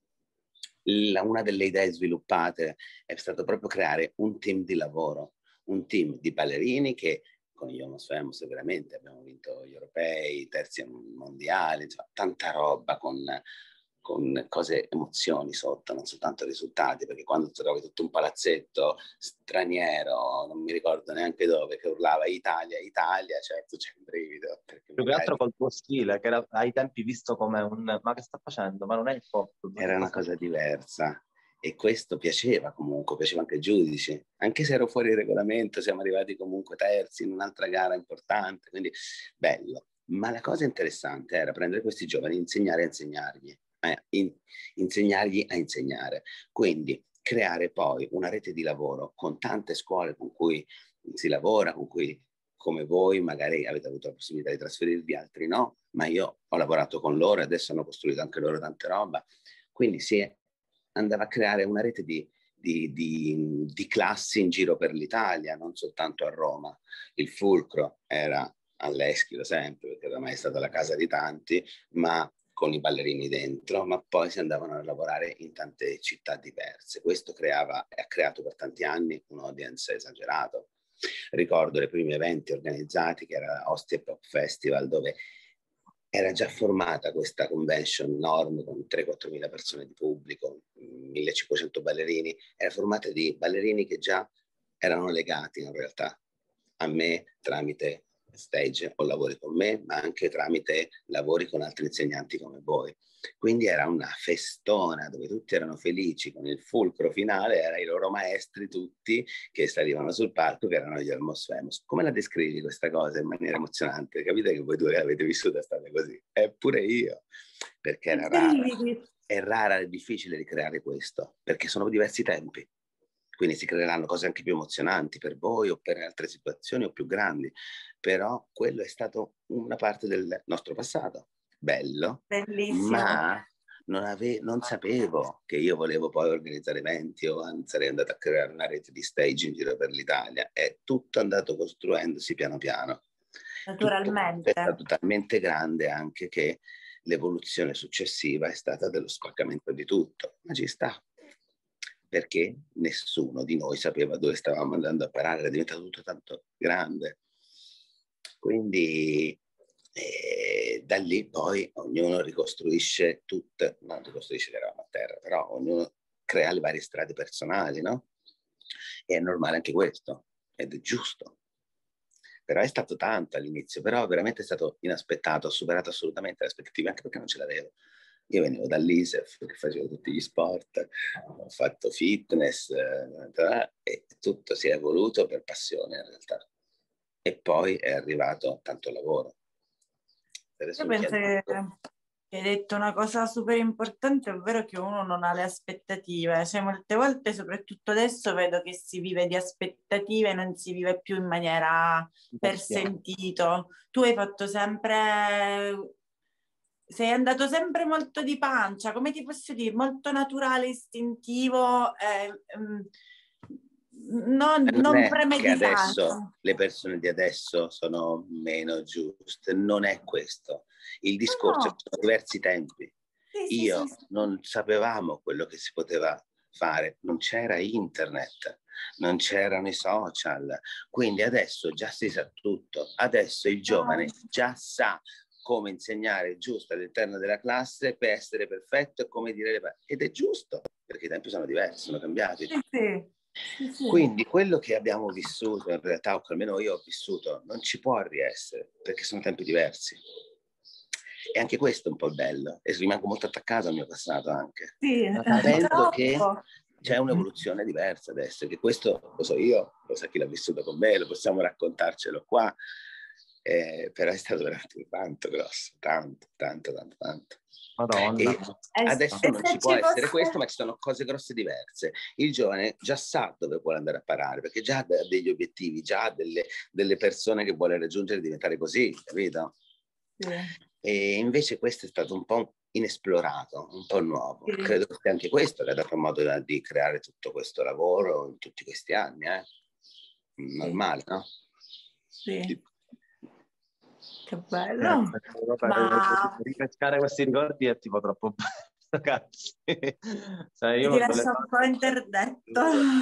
Speaker 4: la, una delle idee sviluppate è stato proprio creare un team di lavoro, un team di ballerini che con gli Almost Famous veramente abbiamo vinto gli europei, terzi mondiali, insomma, tanta roba con... con cose, emozioni sotto, non soltanto risultati, perché quando trovi tutto un palazzetto straniero, non mi ricordo neanche dove, che urlava Italia, Italia, certo c'è un brivido.
Speaker 1: Più magari... che altro col tuo stile, che era ai tempi visto come un ma che sta facendo? Ma non è il pop.
Speaker 4: Era una cosa diversa. E questo piaceva comunque, piaceva anche ai giudici, anche se ero fuori regolamento, siamo arrivati comunque terzi in un'altra gara importante, quindi bello. Ma la cosa interessante era prendere questi giovani, insegnare a insegnargli. In, insegnargli a insegnare, quindi creare poi una rete di lavoro con tante scuole con cui si lavora, con cui come voi magari avete avuto la possibilità di trasferirvi, altri no, ma io ho lavorato con loro e adesso hanno costruito anche loro tante roba, quindi si andava a creare una rete di, di, di, di classi in giro per l'Italia, non soltanto a Roma. Il fulcro era all'Eschilo sempre, perché ormai è stata la casa di tanti, ma con i ballerini dentro, ma poi si andavano a lavorare in tante città diverse. Questo creava e ha creato per tanti anni un audience esagerato. Ricordo i primi eventi organizzati, che era Ostia Pop Festival, dove era già formata questa convention enorme con tre quattro mila persone di pubblico, millecinquecento ballerini, era formata di ballerini che già erano legati in realtà a me tramite stage o lavori con me, ma anche tramite lavori con altri insegnanti come voi. Quindi era una festona dove tutti erano felici, con il fulcro finale erano i loro maestri tutti che salivano sul palco, che erano gli Almost Famous. Come la descrivi questa cosa in maniera emozionante? Capite che voi due avete vissuto state così? Eppure io. perché era rara. È rara e difficile ricreare questo, perché sono diversi tempi. Quindi si creeranno cose anche più emozionanti per voi o per altre situazioni o più grandi, però quello è stato una parte del nostro passato, bello,
Speaker 2: bellissimo.
Speaker 4: Ma non, ave- non sapevo che io volevo poi organizzare eventi o sarei andato a creare una rete di stage in giro per l'Italia. È tutto andato costruendosi piano piano.
Speaker 2: Naturalmente.
Speaker 4: Tutto è stato talmente grande anche che l'evoluzione successiva è stata dello spaccamento di tutto, ma ci sta. Perché nessuno di noi sapeva dove stavamo andando a parare, era diventato tutto tanto grande. Quindi eh, da lì poi ognuno ricostruisce tutto, non ricostruisce che eravamo a terra, però ognuno crea le varie strade personali, no? E è normale anche questo, ed è giusto. Però è stato tanto all'inizio, però veramente è stato inaspettato, ho superato assolutamente le aspettative, anche perché non ce l'avevo. Io venivo dall'I S E F, che facevo tutti gli sport, ho fatto fitness, eh, e tutto si è evoluto per passione in realtà. E poi è arrivato tanto lavoro. Adesso
Speaker 2: Io penso che, che hai detto una cosa super importante, ovvero che uno non ha le aspettative. Cioè, molte volte, soprattutto adesso, vedo che si vive di aspettative e non si vive più in maniera per sentito. Tu hai fatto sempre... Sei andato sempre molto di pancia, come ti posso dire, molto naturale, istintivo, eh, um, non, non, non premeditato.
Speaker 4: Che adesso le persone di adesso sono meno giuste, non è questo. Il discorso, no. Sono diversi tempi.
Speaker 2: Sì,
Speaker 4: Io
Speaker 2: sì, sì, sì.
Speaker 4: non sapevamo quello che si poteva fare, non c'era internet, non c'erano i social, quindi adesso già si sa tutto. Adesso il giovane già sa come insegnare giusto all'interno della classe per essere perfetto e come dire le parole. Ed è giusto, perché i tempi sono diversi, sono cambiati.
Speaker 2: Sì, sì. Sì, sì.
Speaker 4: Quindi quello che abbiamo vissuto, in realtà, o che almeno io ho vissuto, non ci può riessere, perché sono tempi diversi. E anche questo è un po' bello, e rimango molto attaccato al mio passato anche.
Speaker 2: Sì,
Speaker 4: sapendo che c'è un'evoluzione diversa adesso, che questo lo so io, lo sa chi l'ha vissuto con me, lo possiamo raccontarcelo qua, eh, però è stato veramente tanto grosso, tanto, tanto, tanto, tanto.
Speaker 1: Madonna.
Speaker 4: E adesso
Speaker 2: e
Speaker 4: non ci può
Speaker 2: fosse...
Speaker 4: essere questo, ma ci sono cose grosse diverse. Il giovane già sa dove vuole andare a parare, perché già ha degli obiettivi, già ha delle, delle persone che vuole raggiungere e diventare così, capito?
Speaker 2: Sì.
Speaker 4: E invece questo è stato un po' inesplorato, un po' nuovo. Sì. Credo che anche questo che ha dato modo di creare tutto questo lavoro in tutti questi anni, eh? Normale, sì. No?
Speaker 2: Sì. Sì. Che bello.
Speaker 1: Eh,
Speaker 2: ma...
Speaker 1: ripescare questi ricordi è tipo troppo bello, ragazzi. Sai, io
Speaker 2: ti lascio un po' interdetto.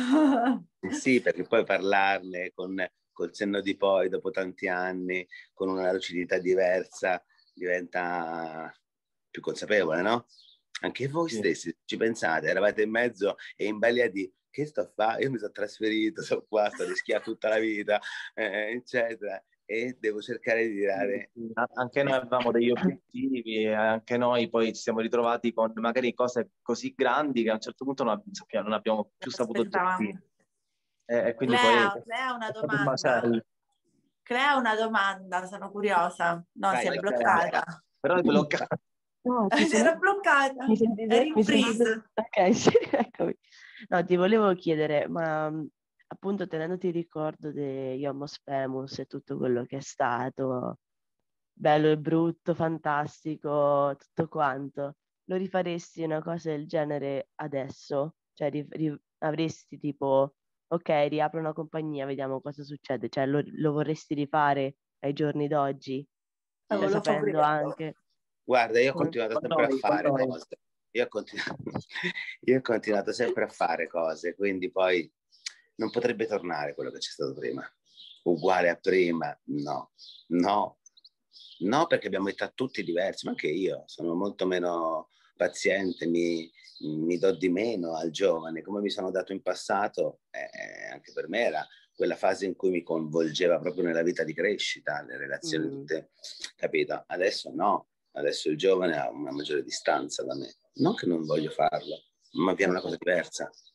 Speaker 4: Sì, perché poi parlarne con col senno di poi, dopo tanti anni, con una lucidità diversa, diventa più consapevole, no? Anche voi
Speaker 1: sì.
Speaker 4: stessi ci pensate, eravate in mezzo e in balia di che sto a fare? Io mi sono trasferito, sono qua, sto rischiando tutta la vita, eh, eccetera. E devo cercare di dare...
Speaker 1: Anche noi avevamo degli obiettivi e anche noi poi ci siamo ritrovati con magari cose così grandi che a un certo punto non, non abbiamo più saputo gestire. E, e quindi
Speaker 2: Clea,
Speaker 1: poi
Speaker 2: Clea una domanda. Clea una domanda, sono curiosa. No,
Speaker 4: Vai,
Speaker 2: si è
Speaker 4: vai,
Speaker 2: bloccata.
Speaker 4: vai.
Speaker 1: Però è bloccata.
Speaker 3: No,
Speaker 2: si
Speaker 3: sono...
Speaker 2: era bloccata.
Speaker 3: Mi sentite?
Speaker 2: Eri in
Speaker 3: Mi
Speaker 2: freeze.
Speaker 3: sentite? Ok, sì, eccomi. No, ti volevo chiedere, ma appunto tenendoti il ricordo di Homos Famous e tutto quello che è stato, bello e brutto, fantastico, tutto quanto, lo rifaresti una cosa del genere adesso? Cioè ri- ri- avresti tipo, ok, riapro una compagnia, vediamo cosa succede, cioè lo, lo vorresti rifare ai giorni d'oggi?
Speaker 2: Eh,
Speaker 3: Cioè, sapendo anche...
Speaker 4: Guarda, io ho continuato
Speaker 1: Con
Speaker 4: sempre
Speaker 1: noi,
Speaker 4: a fare
Speaker 1: con noi.
Speaker 4: cose. Io ho, continuato, io ho continuato sempre a fare cose, quindi poi non potrebbe tornare quello che c'è stato prima. Uguale a prima, no. No, no, perché abbiamo età tutti diversi, ma anche io sono molto meno paziente, mi, mi do di meno al giovane, come mi sono dato in passato, eh, anche per me era quella fase in cui mi coinvolgeva proprio nella vita di crescita, le relazioni
Speaker 3: Mm.
Speaker 4: tutte, capito? Adesso no, adesso il giovane ha una maggiore distanza da me. Non che non voglio farlo, ma viene una cosa diversa.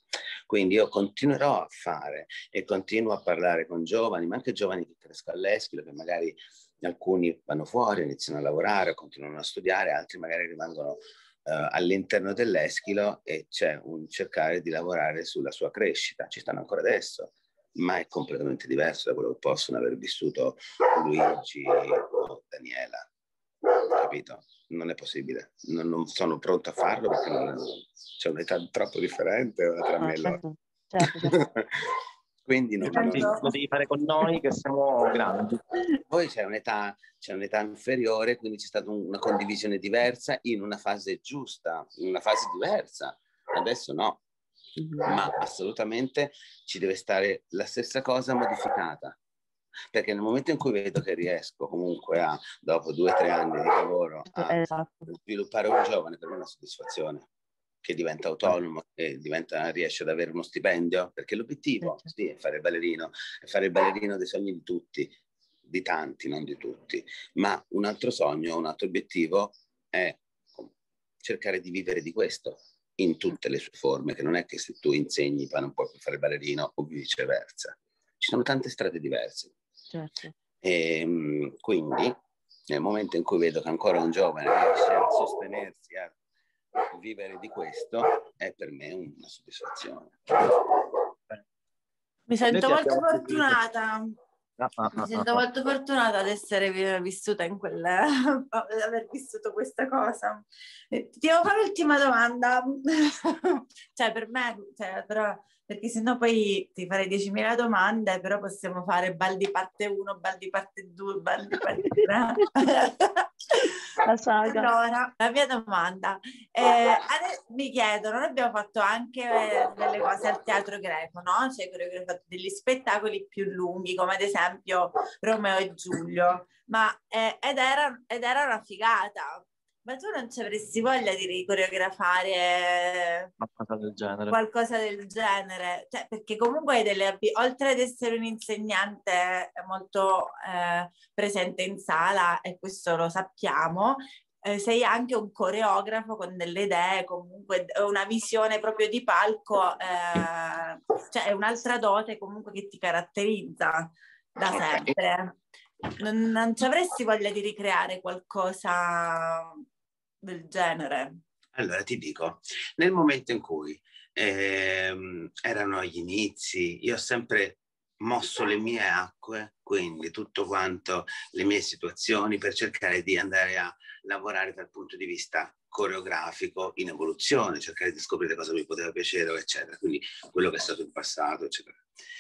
Speaker 4: Quindi io continuerò a fare e continuo a parlare con giovani, ma anche giovani che crescono all'Eschilo, che magari alcuni vanno fuori, iniziano a lavorare, continuano a studiare, altri magari rimangono uh, all'interno dell'Eschilo, e c'è un cercare di lavorare sulla sua crescita. Ci stanno ancora adesso, ma è completamente diverso da quello che possono aver vissuto Luigi o Daniela, capito? Non è possibile, non, non sono pronto a farlo perché non, c'è un'età troppo differente tra me e loro.
Speaker 3: Certo, certo.
Speaker 4: Quindi non,
Speaker 1: Infatti,
Speaker 4: non...
Speaker 1: lo devi fare con noi che siamo grandi.
Speaker 4: Poi c'è un'età, c'è un'età inferiore, quindi c'è stata una condivisione diversa in una fase giusta, in una fase diversa. Adesso no, ma assolutamente ci deve stare la stessa cosa modificata. Perché nel momento in cui vedo che riesco comunque a, dopo due o tre anni di lavoro, a
Speaker 3: Esatto.
Speaker 4: sviluppare un giovane, per me è una soddisfazione, che diventa autonomo e diventa, riesce ad avere uno stipendio, perché l'obiettivo sì, è fare il ballerino, è fare il ballerino dei sogni di tutti, di tanti, non di tutti, ma un altro sogno, un altro obiettivo è cercare di vivere di questo in tutte le sue forme, che non è che se tu insegni poi non puoi più fare il ballerino o viceversa. Ci sono tante strade diverse.
Speaker 3: Certo.
Speaker 4: E quindi nel momento in cui vedo che ancora un giovane riesce a sostenersi, a vivere di questo, è per me una soddisfazione.
Speaker 2: Mi sento molto
Speaker 1: abbiamo...
Speaker 2: fortunata.
Speaker 1: Ah, ah,
Speaker 2: Mi
Speaker 1: ah,
Speaker 2: sento
Speaker 1: ah.
Speaker 2: molto fortunata ad essere vissuta in quel ad aver vissuto questa cosa. Ti devo fare l'ultima domanda. Cioè, per me, cioè, però, perché sennò poi ti farei diecimila domande, però possiamo fare Baldi parte uno, Baldi parte due, Baldi parte tre.
Speaker 3: La saga.
Speaker 2: Allora, la mia domanda, eh, adesso mi chiedono, noi abbiamo fatto anche eh, delle cose al teatro greco, no? Cioè, coreografato degli spettacoli più lunghi, come ad esempio Romeo e Giulio, ma eh, ed, era, ed era una figata. Ma tu non ci avresti voglia di ricoreografare
Speaker 1: Qualcosa del genere.
Speaker 2: qualcosa del genere? Cioè, perché comunque hai delle, oltre ad essere un insegnante molto eh, presente in sala, e questo lo sappiamo, eh, sei anche un coreografo con delle idee, comunque una visione proprio di palco, eh, cioè è un'altra dote comunque che ti caratterizza da sempre. Non, non ci avresti voglia di ricreare qualcosa del genere?
Speaker 4: Allora ti dico, nel momento in cui ehm, erano gli inizi, io ho sempre mosso le mie acque, quindi tutto quanto, le mie situazioni, per cercare di andare a lavorare dal punto di vista coreografico in evoluzione, cercare di scoprire cosa mi poteva piacere, eccetera. Quindi quello che è stato il passato, eccetera.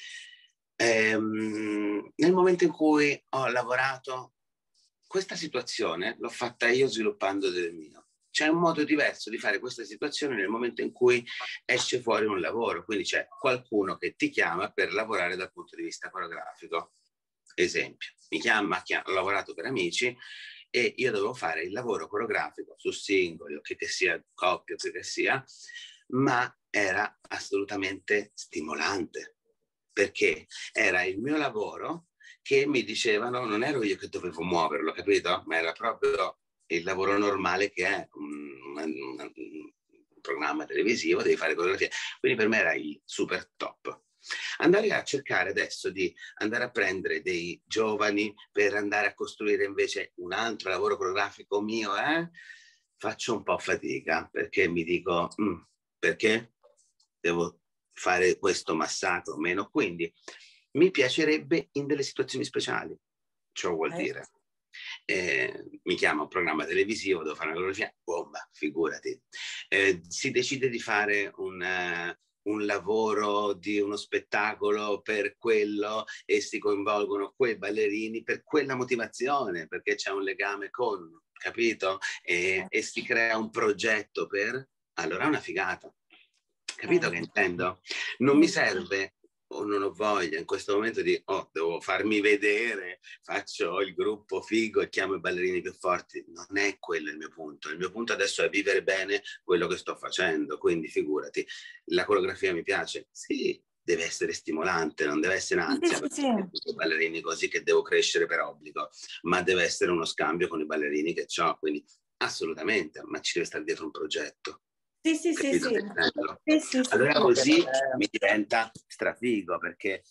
Speaker 4: Ehm, nel momento in cui ho lavorato, questa situazione l'ho fatta io sviluppando del mio. C'è un modo diverso di fare questa situazione nel momento in cui esce fuori un lavoro, quindi c'è qualcuno che ti chiama per lavorare dal punto di vista coreografico. Esempio, mi chiama, ho lavorato per Amici e io dovevo fare il lavoro coreografico su singoli, o che, che sia coppia, o che, che sia, ma era assolutamente stimolante, perché era il mio lavoro che mi dicevano, non ero io che dovevo muoverlo, capito? Ma era proprio il lavoro normale che è un, un, un programma televisivo, devi fare coreografia. Quindi per me era il super top. Andare a cercare adesso di andare a prendere dei giovani per andare a costruire invece un altro lavoro coreografico mio, eh? Faccio un po' fatica, perché mi dico, mm, perché devo fare questo massacro o meno? Quindi mi piacerebbe in delle situazioni speciali. Ciò vuol eh. dire, eh, mi chiama un programma televisivo, devo fare una coreografia, bomba, figurati. Eh, si decide di fare un, uh, un lavoro di uno spettacolo per quello e si coinvolgono quei ballerini per quella motivazione, perché c'è un legame con, capito? E, e si crea un progetto per, allora è una figata. Capito eh. che intendo? Non mi serve o non ho voglia in questo momento di, oh, devo farmi vedere, faccio il gruppo figo e chiamo i ballerini più forti. Non è quello il mio punto. Il mio punto adesso è vivere bene quello che sto facendo. Quindi figurati, la coreografia mi piace? Sì, deve essere stimolante, non deve essere ansia sì, sì, sì. I ballerini così che devo crescere per obbligo, ma deve essere uno scambio con i ballerini che ho. Quindi assolutamente, ma ci deve stare dietro un progetto.
Speaker 2: Sì, sì, sì, sì. Sì, sì, sì.
Speaker 4: Allora così mi diventa strafigo, perché,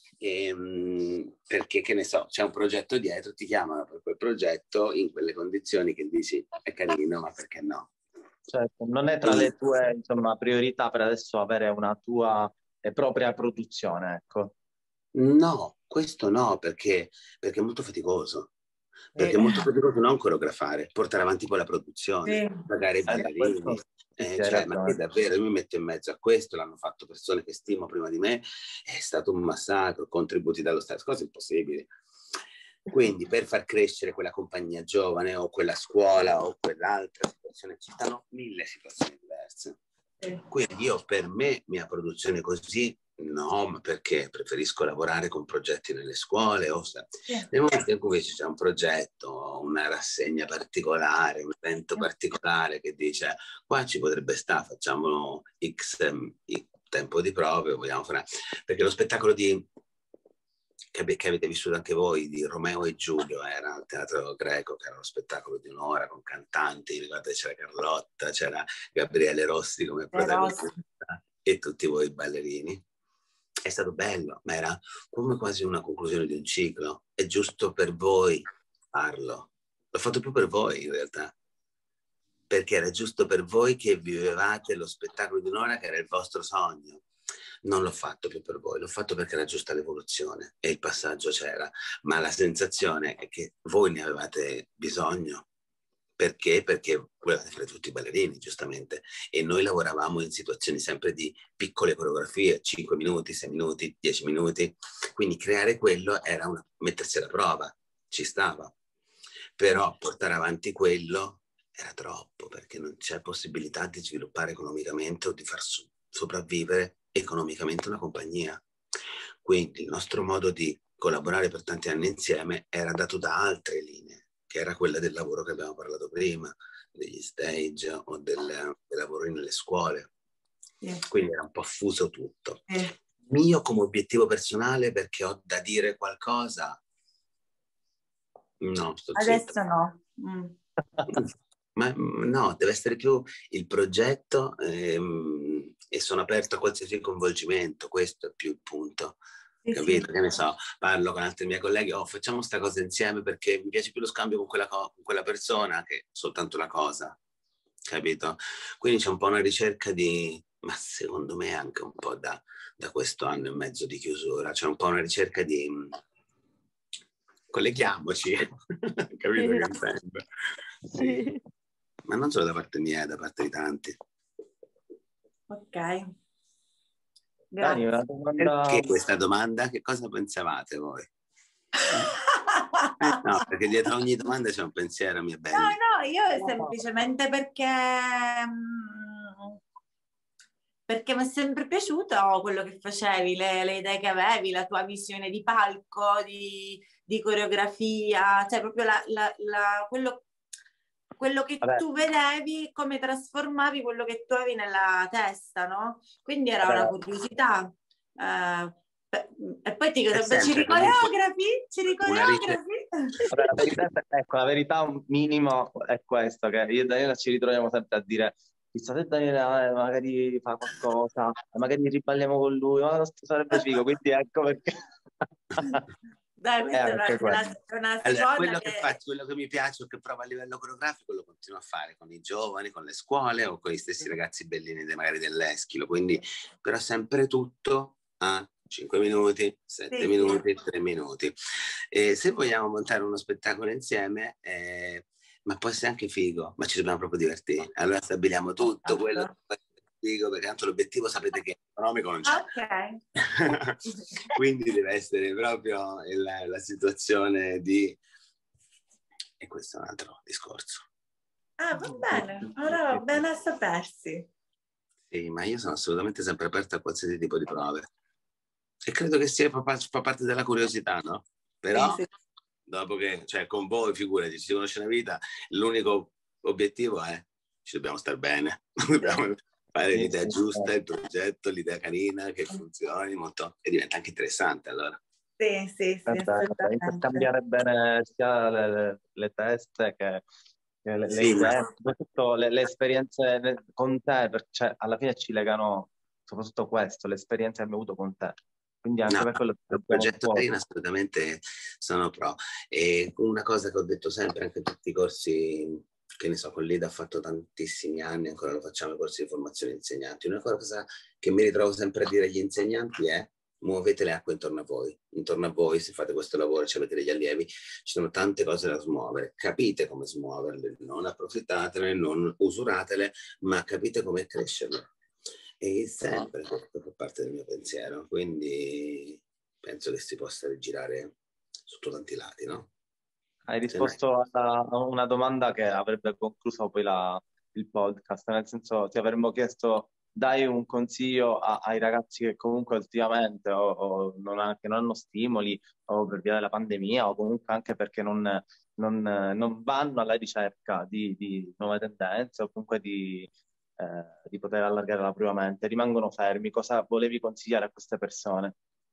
Speaker 4: ehm, perché che ne so, c'è un progetto dietro, ti chiamano per quel progetto in quelle condizioni che dici è carino, ma perché no?
Speaker 1: Certo, non è tra le tue, insomma, priorità per adesso avere una tua eh, propria produzione, ecco.
Speaker 4: No, questo no, perché, perché è molto faticoso. Perché è
Speaker 2: Sì.
Speaker 4: molto faticoso non coreografare, portare avanti poi la produzione,
Speaker 2: Sì.
Speaker 4: pagare i
Speaker 1: Eh,
Speaker 4: ballerini.
Speaker 1: questo sì,
Speaker 4: Eh,
Speaker 1: sì, hai
Speaker 4: cioè, ma che
Speaker 1: ragione.
Speaker 4: davvero, io mi metto in mezzo a questo, l'hanno fatto persone che stimo prima di me, è stato un massacro, contributi dallo Stato, cose impossibili. Quindi per far crescere quella compagnia giovane o quella scuola o quell'altra situazione, ci stanno mille situazioni diverse.
Speaker 2: Sì.
Speaker 4: Quindi io per me, mia produzione così, no, ma perché preferisco lavorare con progetti nelle scuole o se...
Speaker 2: Sì.
Speaker 4: nel momento in cui invece c'è un progetto, una rassegna particolare, un evento particolare che dice qua ci potrebbe stare, facciamo X um, tempo di prove, vogliamo fare... perché lo spettacolo di che, che avete vissuto anche voi di Romeo e Giulio era al Teatro Greco, che era uno spettacolo di un'ora con cantanti, ricordate c'era Carlotta, c'era Gabriele Rossi come protagonista e tutti voi ballerini. È stato bello, ma era come quasi una conclusione di un ciclo. È giusto per voi farlo. L'ho fatto più per voi in realtà, perché era giusto per voi che vivevate lo spettacolo di un'ora che era il vostro sogno. Non l'ho fatto più per voi, l'ho fatto perché era giusta l'evoluzione e il passaggio c'era, ma la sensazione è che voi ne avevate bisogno. Perché? Perché volevate fare tutti i ballerini, giustamente, e noi lavoravamo in situazioni sempre di piccole coreografie, cinque minuti, sei minuti, dieci minuti, quindi creare quello era una, mettersi alla prova, ci stava, però portare avanti quello era troppo, perché non c'è possibilità di sviluppare economicamente o di far so- sopravvivere economicamente una compagnia. Quindi il nostro modo di collaborare per tanti anni insieme era dato da altre linee, che era quella del lavoro che abbiamo parlato prima, degli stage o del, del lavoro nelle scuole. Sì. Quindi era un po' fuso tutto. Sì. Mio come obiettivo personale, perché ho da dire qualcosa, no, sto
Speaker 2: adesso
Speaker 4: zitto.
Speaker 2: no. Mm.
Speaker 4: Ma no, deve essere più il progetto ehm, e sono aperto a qualsiasi coinvolgimento, questo è più il punto. Sì, capito? Sì. Che ne so, parlo con altri miei colleghi, oh, facciamo sta cosa insieme perché mi piace più lo scambio con quella, co- con quella persona che soltanto la cosa, capito? Quindi c'è un po' una ricerca di, ma secondo me anche un po' da, da questo anno e mezzo di chiusura, c'è un po' una ricerca di colleghiamoci, capito che intendo? Sì. Ma non solo da parte mia, da parte di tanti.
Speaker 2: Ok.
Speaker 1: Dani, una domanda...
Speaker 4: Perché questa domanda? Che cosa pensavate voi? Eh, no, perché dietro ogni domanda c'è un pensiero, mia bella.
Speaker 2: No, no, io semplicemente perché... perché mi è sempre piaciuto quello che facevi, le, le idee che avevi, la tua visione di palco, di, di coreografia, cioè proprio la, la, la, quello, quello che Vabbè. tu vedevi, come trasformavi quello che tu avevi nella testa, no? Quindi era Vabbè. una curiosità. Eh, e poi ti chiedo, ci ricoreografi? Ci ricoreografi?
Speaker 1: Vabbè, la verità, ecco, la verità un minimo è questo, che io e Daniela ci ritroviamo sempre a dire chissà se Daniela magari fa qualcosa, magari riballiamo con lui, ma sarebbe figo, quindi ecco perché...
Speaker 2: Dai, questa è,
Speaker 1: è
Speaker 2: una, una, una
Speaker 4: allora, quello
Speaker 2: che...
Speaker 4: che faccio, quello che mi piace o che provo a livello coreografico lo continuo a fare con i giovani, con le scuole o con gli stessi ragazzi bellini de, magari dell'Eschilo, quindi però sempre tutto a cinque minuti, sette sì, minuti, sì. tre minuti. E se vogliamo montare uno spettacolo insieme, eh, ma può essere anche figo, ma ci dobbiamo proprio divertire. Allora stabiliamo tutto, quello figo, perché tanto l'obiettivo sapete che è economico non c'è.
Speaker 2: Okay.
Speaker 4: Quindi deve essere proprio la, la situazione di... E questo è un altro discorso.
Speaker 2: Ah, va bene, allora va bene a sapersi.
Speaker 4: Sì, ma io sono assolutamente sempre aperto a qualsiasi tipo di prove. E credo che sia fa, fa parte della curiosità, no? Però sì, sì. Dopo che, cioè con voi, figurati, ci si conosce una vita, l'unico obiettivo è ci dobbiamo stare bene, dobbiamo fare sì, l'idea sì, giusta, sì. Il progetto, l'idea carina, che funzioni molto, e diventa anche interessante allora.
Speaker 2: Sì, sì, sì,
Speaker 1: per cambiare bene sia le, le teste che, che le, le
Speaker 4: Sì, ma-
Speaker 1: idee, soprattutto le, le esperienze le- con te, per- cioè, alla fine ci legano soprattutto questo, le esperienze che abbiamo avuto con te. Quindi anche
Speaker 4: No,
Speaker 1: per quello
Speaker 4: il
Speaker 1: siamo un
Speaker 4: progetto
Speaker 1: po'.
Speaker 4: Marina assolutamente sono pro. E una cosa che ho detto sempre anche in tutti i corsi, che ne so, con l'Ida ha fatto tantissimi anni, ancora lo facciamo i corsi di formazione insegnanti. Una cosa che mi ritrovo sempre a dire agli insegnanti è: muovete le acque intorno a voi. Intorno a voi, se fate questo lavoro, se avete degli allievi, ci sono tante cose da smuovere. Capite come smuoverle, non approfittatele, non usuratele, ma capite come crescerle. E sempre questo fa parte del mio pensiero, quindi penso che si possa rigirare sotto tanti lati, no?
Speaker 1: Hai
Speaker 4: Se no è-
Speaker 1: risposto a a una domanda che avrebbe concluso poi la- il podcast, nel senso ti avremmo chiesto dai un consiglio a- ai ragazzi che comunque ultimamente o, o non, ha- che non hanno stimoli o per via della pandemia o comunque anche perché non, non- non vanno alla ricerca di, di nuove tendenze o comunque di, eh, di poter allargare la propria mente, rimangono fermi. Cosa volevi consigliare a queste persone?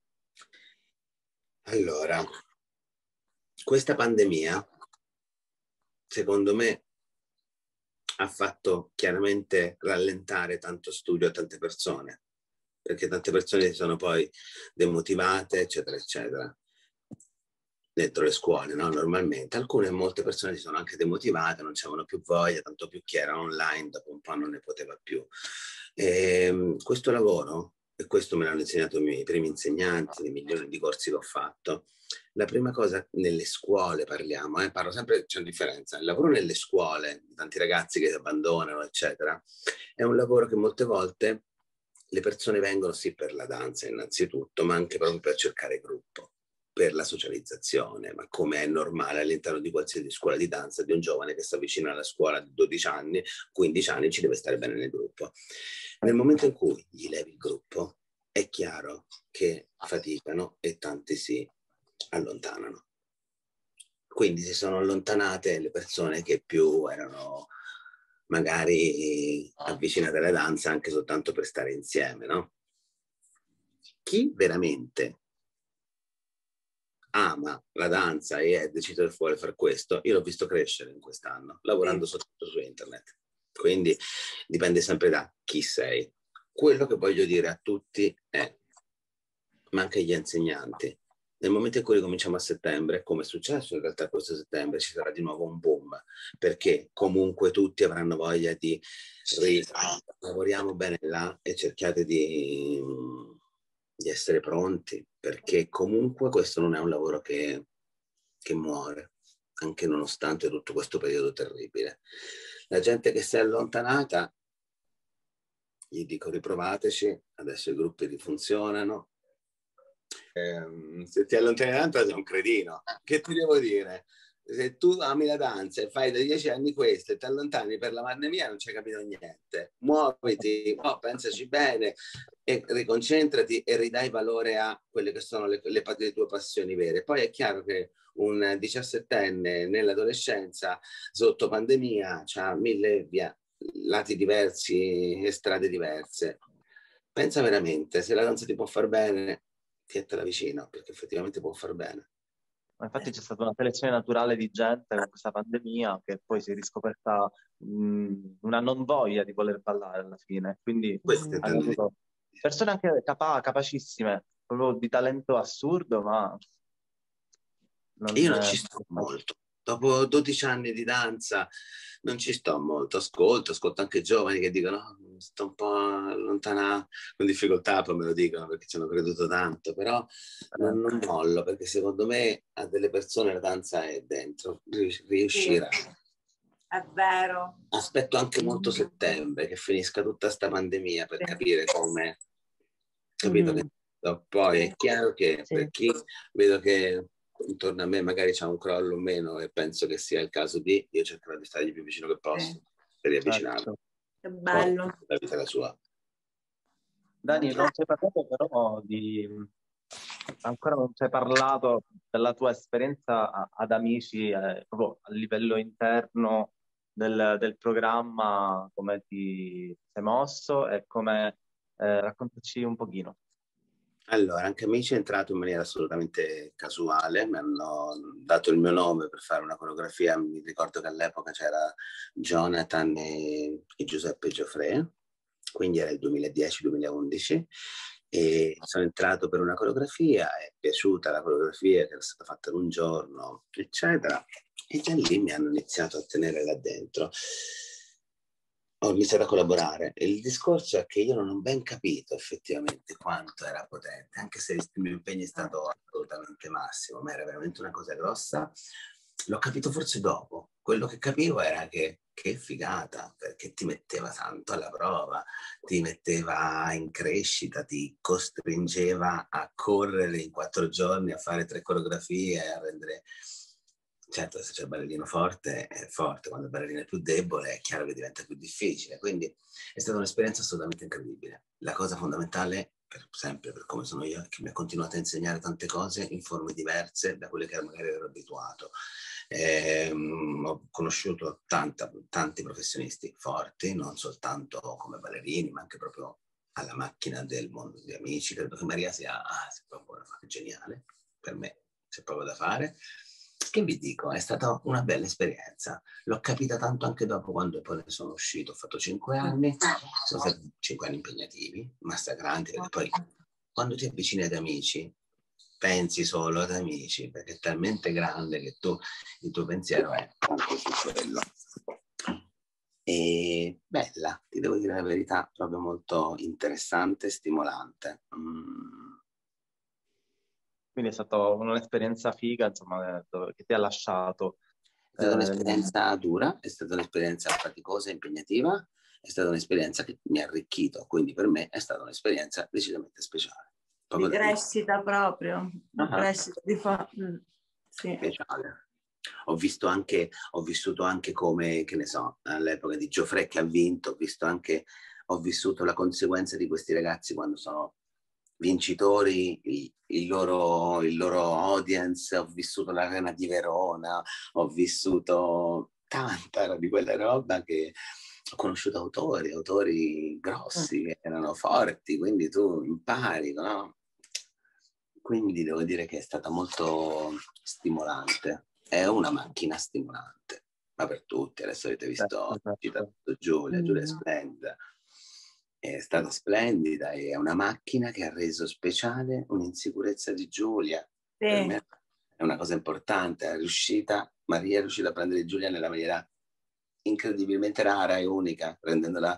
Speaker 4: Allora, questa pandemia, secondo me, ha fatto chiaramente rallentare tanto studio a tante persone, perché tante persone si sono poi demotivate, eccetera, eccetera, dentro le scuole, no? Normalmente. Alcune, molte persone si sono anche demotivate, non c'avevano più voglia, tanto più chi era online dopo un po' non ne poteva più. E, questo lavoro, e questo me l'hanno insegnato i miei primi insegnanti, nei milioni di corsi che ho fatto, la prima cosa nelle scuole parliamo, eh, parlo sempre, c'è una differenza, il lavoro nelle scuole, tanti ragazzi che abbandonano, eccetera, è un lavoro che molte volte le persone vengono sì per la danza innanzitutto, ma anche proprio per cercare gruppo, per la socializzazione, ma come è normale all'interno di qualsiasi scuola di danza di un giovane che sta vicino alla scuola di dodici anni, quindici anni, ci deve stare bene nel gruppo. Nel momento in cui gli levi il gruppo, è chiaro che faticano e tanti si allontanano. Quindi si sono allontanate le persone che più erano magari avvicinate alla danza anche soltanto per stare insieme, no? Chi veramente ama la danza e è deciso che vuole fare questo, io l'ho visto crescere in quest'anno, lavorando soprattutto su internet. Quindi dipende sempre da chi sei. Quello che voglio dire a tutti è, ma anche agli insegnanti, nel momento in cui ricominciamo a settembre, come è successo in realtà questo settembre, ci sarà di nuovo un boom, perché comunque tutti avranno voglia di ri- lavoriamo bene là e cerchiate di, di essere pronti, perché comunque questo non è un lavoro che, che muore, anche nonostante tutto questo periodo terribile. La gente che si è allontanata, gli dico riprovateci, adesso i gruppi rifunzionano. Eh, se ti allontani tanto sei un cretino, che ti devo dire? Se tu ami la danza e fai da dieci anni questo e ti allontani per la pandemia non ci hai capito niente. Muoviti, oh, pensaci bene e riconcentrati e ridai valore a quelle che sono le, le, le tue passioni vere. Poi è chiaro che un diciassettenne nell'adolescenza sotto pandemia ha mille via, lati diversi e strade diverse. Pensa veramente, se la danza ti può far bene, tientela vicino, perché effettivamente può far bene.
Speaker 1: Ma infatti c'è stata una selezione naturale di gente con questa pandemia che poi si è riscoperta mh, una non voglia di voler ballare alla fine. Quindi
Speaker 4: Questo
Speaker 1: hanno
Speaker 4: intendo dire.
Speaker 1: avuto persone anche capa- capacissime, proprio di talento assurdo, ma
Speaker 4: Io
Speaker 1: non...
Speaker 4: non
Speaker 1: eh,
Speaker 4: ci sto molto. Dopo dodici anni di danza non ci sto molto. Ascolto, ascolto anche giovani che dicono no, sto un po' allontanato, con difficoltà poi me lo dicono perché ci hanno creduto tanto, però non, non mollo perché secondo me a delle persone la danza è dentro, riuscirà.
Speaker 2: Sì, è vero.
Speaker 4: Aspetto anche molto settembre che finisca tutta sta pandemia per
Speaker 2: Sì.
Speaker 4: capire come, capito?
Speaker 3: Mhm.
Speaker 4: Che poi
Speaker 2: Sì.
Speaker 4: è chiaro che
Speaker 3: Sì.
Speaker 4: per chi vedo che intorno a me magari c'è un crollo o meno e penso che sia il caso di, io cercherò di stargli più vicino che posso
Speaker 2: Sì.
Speaker 4: per riavvicinarlo.
Speaker 1: certo.
Speaker 2: Che
Speaker 4: Poi
Speaker 2: bello.
Speaker 4: la vita è la sua.
Speaker 1: Dani, non ci hai parlato però di... Ancora non ci hai parlato della tua esperienza a- ad amici, eh, proprio a livello interno del, del programma, come ti sei mosso e come... eh, raccontaci un pochino.
Speaker 4: Allora, anche Amici è entrato in maniera assolutamente casuale, mi hanno dato il mio nome per fare una coreografia, mi ricordo che all'epoca c'era Jonathan e, e Giuseppe Gioffre, quindi era il duemiladieci duemilaundici, e sono entrato per una coreografia, è piaciuta la coreografia che era stata fatta in un giorno, eccetera, e già lì mi hanno iniziato a tenere là dentro. Ho iniziato a collaborare. Il discorso è che io non ho ben capito effettivamente quanto era potente, anche se il mio impegno è stato assolutamente massimo, ma era veramente una cosa grossa. L'ho capito forse dopo. Quello che capivo era che che figata, perché ti metteva tanto alla prova, ti metteva in crescita, ti costringeva a correre in quattro giorni, a fare tre coreografie, a rendere... Certo, se c'è il ballerino forte è forte, quando il ballerino è più debole è chiaro che diventa più difficile, quindi è stata un'esperienza assolutamente incredibile. La cosa fondamentale, per sempre, per come sono io, è che mi ha continuato a insegnare tante cose in forme diverse da quelle che magari ero abituato. Eh, ho conosciuto tanta, tanti professionisti forti, non soltanto come ballerini, ma anche proprio alla macchina del mondo di Amici. Credo che Maria sia, ah, sia proprio geniale, per me c'è proprio da fare. Che vi dico, è stata una bella esperienza. L'ho capita tanto anche dopo, quando poi ne sono uscito. Ho fatto cinque anni, sono stati cinque anni impegnativi, massacranti, perché poi quando ti avvicini ad Amici pensi solo ad Amici, perché è talmente grande che tu, il tuo pensiero è su quello. E bella, ti devo dire la verità, proprio molto interessante e stimolante. Mm.
Speaker 1: Quindi è stata un'esperienza figa, insomma, che ti ha lasciato.
Speaker 4: È stata un'esperienza dura, è stata un'esperienza faticosa e impegnativa, è stata un'esperienza che mi ha arricchito, quindi per me è stata un'esperienza decisamente speciale.
Speaker 2: Di crescita proprio, di uh-huh. crescita di fa... mm. sì.
Speaker 4: Speciale. Ho visto anche, ho vissuto anche come, che ne so, all'epoca di Gioffre che ha vinto, ho visto anche, ho vissuto la conseguenza di questi ragazzi quando sono vincitori, il, il, loro, il loro audience, ho vissuto l'Arena di Verona, ho vissuto tanta di quella roba che ho conosciuto autori, autori grossi, che erano forti, quindi tu impari, no? Quindi devo dire che è stata molto stimolante, è una macchina stimolante, ma per tutti. Adesso avete visto, citato Giulia, Giulia è splendida. È stata splendida, è una macchina che ha reso speciale un'insicurezza di Giulia. Sì. Per me è una cosa importante, è riuscita, Maria è riuscita a prendere Giulia nella maniera incredibilmente rara e unica, rendendola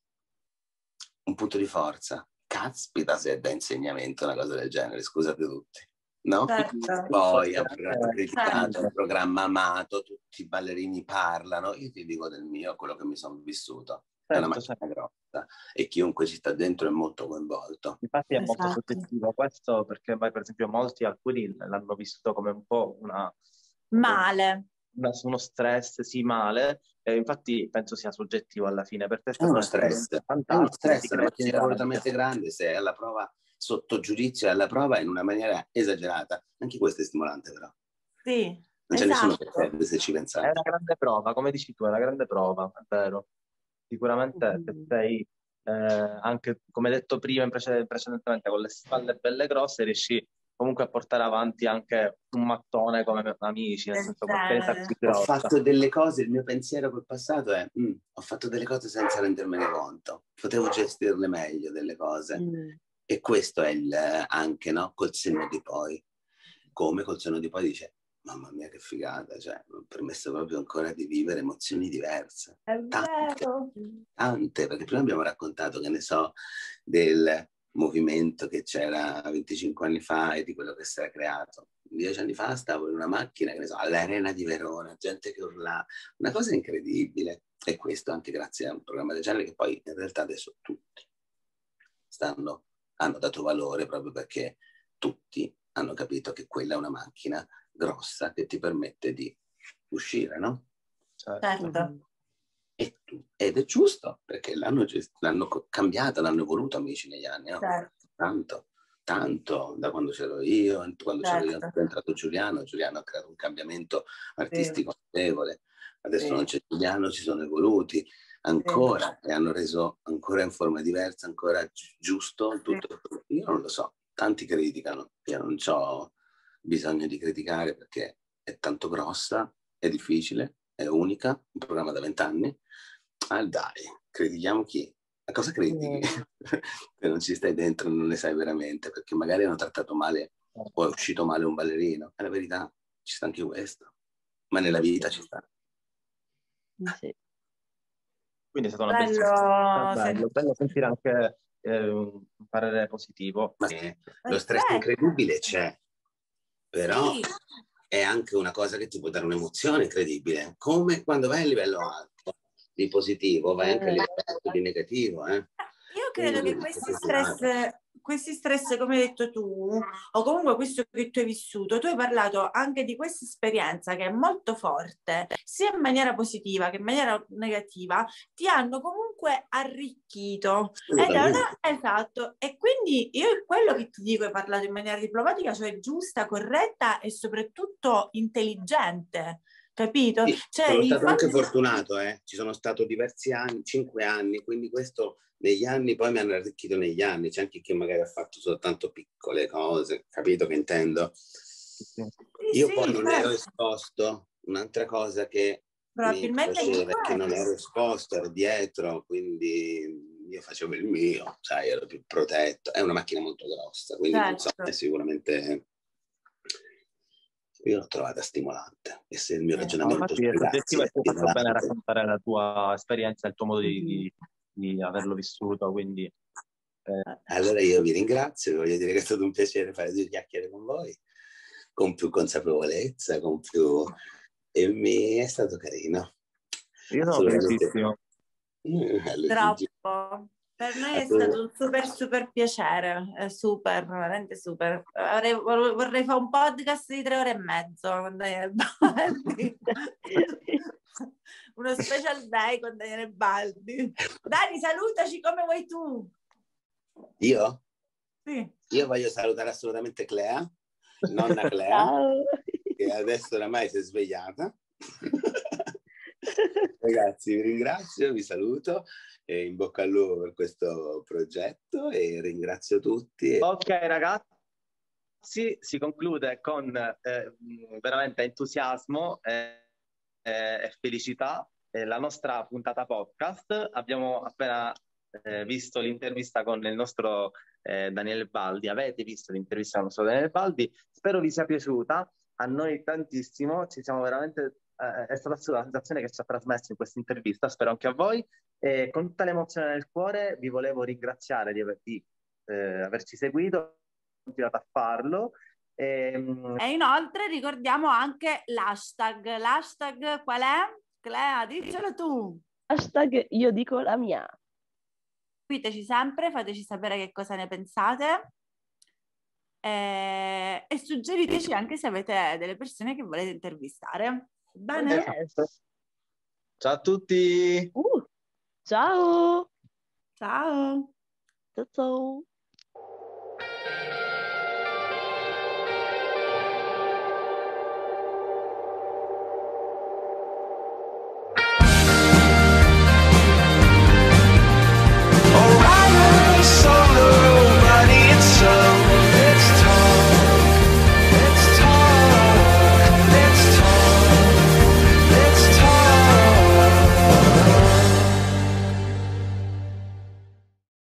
Speaker 4: un punto di forza. Caspita, se è da insegnamento una cosa del genere, scusate tutti. No? Certo. Poi ha criticato un programma amato, tutti i ballerini parlano, io ti dico del mio, quello che mi sono vissuto. È una macchina grossa e chiunque ci sta dentro è molto coinvolto.
Speaker 1: Infatti è molto esatto. soggettivo questo, perché per esempio molti, alcuni l'hanno vissuto come un po' una...
Speaker 2: male.
Speaker 1: Una, uno stress, sì, male. E infatti penso sia soggettivo alla fine. Per te è,
Speaker 4: è uno stress, è uno stress, una macchina volutamente grande, se è alla prova sotto giudizio, è alla prova in una maniera esagerata. Anche questo è stimolante però.
Speaker 2: Sì,
Speaker 4: non c'è
Speaker 2: esatto.
Speaker 4: nessuno che perde se ci pensate.
Speaker 1: È una grande prova, come dici tu, è una grande prova, è vero. Sicuramente se sei, eh, anche come detto prima, in prece- precedentemente, con le spalle belle grosse, riesci comunque a portare avanti anche un mattone come Amici, nel senso qualcosa più grossa.
Speaker 4: Ho fatto delle cose, il mio pensiero col passato è mm, ho fatto delle cose senza rendermene conto, potevo gestirle meglio delle cose. Mm. E questo è il anche, no? Col senno di poi. Come col senno di poi dice mamma mia che figata, cioè mi ha permesso proprio ancora di vivere emozioni diverse.
Speaker 2: È
Speaker 4: tante,
Speaker 2: vero.
Speaker 4: tante, perché prima abbiamo raccontato, che ne so, del movimento che c'era venticinque anni fa e di quello che si era creato. Dieci anni fa stavo in una macchina, che ne so, all'Arena di Verona, gente che urlava, una cosa incredibile. E questo anche grazie a un programma del genere che poi in realtà adesso tutti stanno, hanno dato valore proprio perché tutti hanno capito che quella è una macchina grossa che ti permette di uscire, no?
Speaker 2: Certo.
Speaker 4: E tu, ed è giusto, perché l'hanno, l'hanno cambiata, l'hanno evoluto Amici negli anni, no?
Speaker 2: Certo.
Speaker 4: Tanto, tanto, da quando c'ero io, quando
Speaker 2: certo.
Speaker 4: c'ero io è entrato Giuliano, Giuliano ha creato un cambiamento artistico sì. notevole, adesso sì. non c'è Giuliano, ci sono evoluti ancora sì. e hanno reso ancora in forma diversa, ancora gi- giusto, tutto. Io non lo so. tanti criticano, io non ho bisogno di criticare perché è tanto grossa, è difficile, è unica, un programma da vent'anni. Ah dai, critichiamo chi? A cosa critichi? Se non ci stai dentro non ne sai veramente, perché magari hanno trattato male o è uscito male un ballerino. È la verità, ci sta anche questo, ma nella vita ci sta.
Speaker 3: Sì.
Speaker 1: Quindi è stato una
Speaker 2: Bello,
Speaker 1: bellissima, bello,
Speaker 2: sen-
Speaker 1: bello sentire anche eh, un parere positivo.
Speaker 4: Ma eh, lo stress
Speaker 2: Perfetto.
Speaker 4: incredibile c'è, però
Speaker 2: Sì.
Speaker 4: è anche una cosa che ti può dare un'emozione incredibile, come quando vai a livello alto di positivo, vai anche a livello alto di negativo. Eh?
Speaker 2: Io credo che questi stress, questi stress, come hai detto tu, o comunque questo che tu hai vissuto, tu hai parlato anche di questa esperienza che è molto forte, sia in maniera positiva che in maniera negativa, ti hanno comunque arricchito. Ed è una, esatto, e quindi io quello che ti dico, hai parlato in maniera diplomatica, cioè giusta, corretta e soprattutto intelligente. Capito?
Speaker 4: Sì,
Speaker 2: Cioè,
Speaker 4: sono
Speaker 2: il
Speaker 4: stato
Speaker 2: fatto...
Speaker 4: anche fortunato, eh. Ci sono stato diversi anni, cinque anni, quindi questo negli anni poi mi hanno arricchito negli anni. C'è anche chi magari ha fatto soltanto piccole cose, capito che intendo?
Speaker 2: Sì,
Speaker 4: Io
Speaker 2: sì,
Speaker 4: poi non
Speaker 2: certo.
Speaker 4: ero esposto, un'altra cosa che mi
Speaker 2: Probabilmente
Speaker 4: piaceva è che non
Speaker 2: questo.
Speaker 4: ero esposto, ero dietro, quindi io facevo il mio, sai, ero più protetto. È una macchina molto grossa, quindi non so,
Speaker 2: Certo.
Speaker 4: è sicuramente... Io l'ho trovata stimolante e se il mio
Speaker 2: Sì.
Speaker 4: ragionamento
Speaker 1: Infatti è
Speaker 4: sui
Speaker 1: soggettivo
Speaker 4: ragazzi
Speaker 1: e
Speaker 4: è
Speaker 1: tu hai fatto bene a
Speaker 4: stimolante,
Speaker 1: raccontare la tua esperienza e il tuo modo di,
Speaker 2: Mhm.
Speaker 1: di, di averlo vissuto, quindi eh,
Speaker 4: allora io vi ringrazio, voglio dire che è stato un piacere fare due chiacchiere con voi, con più consapevolezza, con più... e mi è stato carino.
Speaker 1: io sono
Speaker 4: Assolutamente.
Speaker 1: felicissimo.
Speaker 4: Mm, allora, Gigi.
Speaker 2: Troppo. Per noi è
Speaker 4: Allora,
Speaker 2: stato un super super piacere, è super, veramente super. Avrei- vor- vorrei fare un podcast di tre ore e mezzo con Daniele Baldi. Uno special day con Daniele Baldi. Dani, salutaci come vuoi tu.
Speaker 4: io?
Speaker 2: Sì.
Speaker 4: Io voglio salutare assolutamente Clea, nonna Clea,
Speaker 3: Ciao.
Speaker 4: che adesso oramai si è svegliata. Ragazzi, vi ringrazio, vi saluto e in bocca al lupo per questo progetto e ringrazio tutti.
Speaker 1: Ok ragazzi, si conclude con eh, veramente entusiasmo e, e- e felicità eh, la nostra puntata podcast. Abbiamo appena eh, visto l'intervista con il nostro eh, Daniele Baldi, avete visto l'intervista con il nostro Daniele Baldi, spero vi sia piaciuta, a noi tantissimo, ci siamo veramente, eh, è stata la sensazione che ci ha trasmesso in questa intervista, spero anche a voi. E con tutta l'emozione nel cuore vi volevo ringraziare di, aver, di eh, averci seguito, continuate a farlo. E,
Speaker 2: E inoltre ricordiamo anche l'hashtag. L'hashtag qual è? Clea, dicelo tu.
Speaker 3: Hashtag io dico la mia.
Speaker 2: Seguiteci sempre, fateci sapere che cosa ne pensate e, e suggeriteci anche se avete delle persone che volete intervistare. Bene?
Speaker 3: Yes.
Speaker 1: ciao a tutti!
Speaker 3: Uh, ciao.
Speaker 2: Ciao!
Speaker 3: Ciao ciao.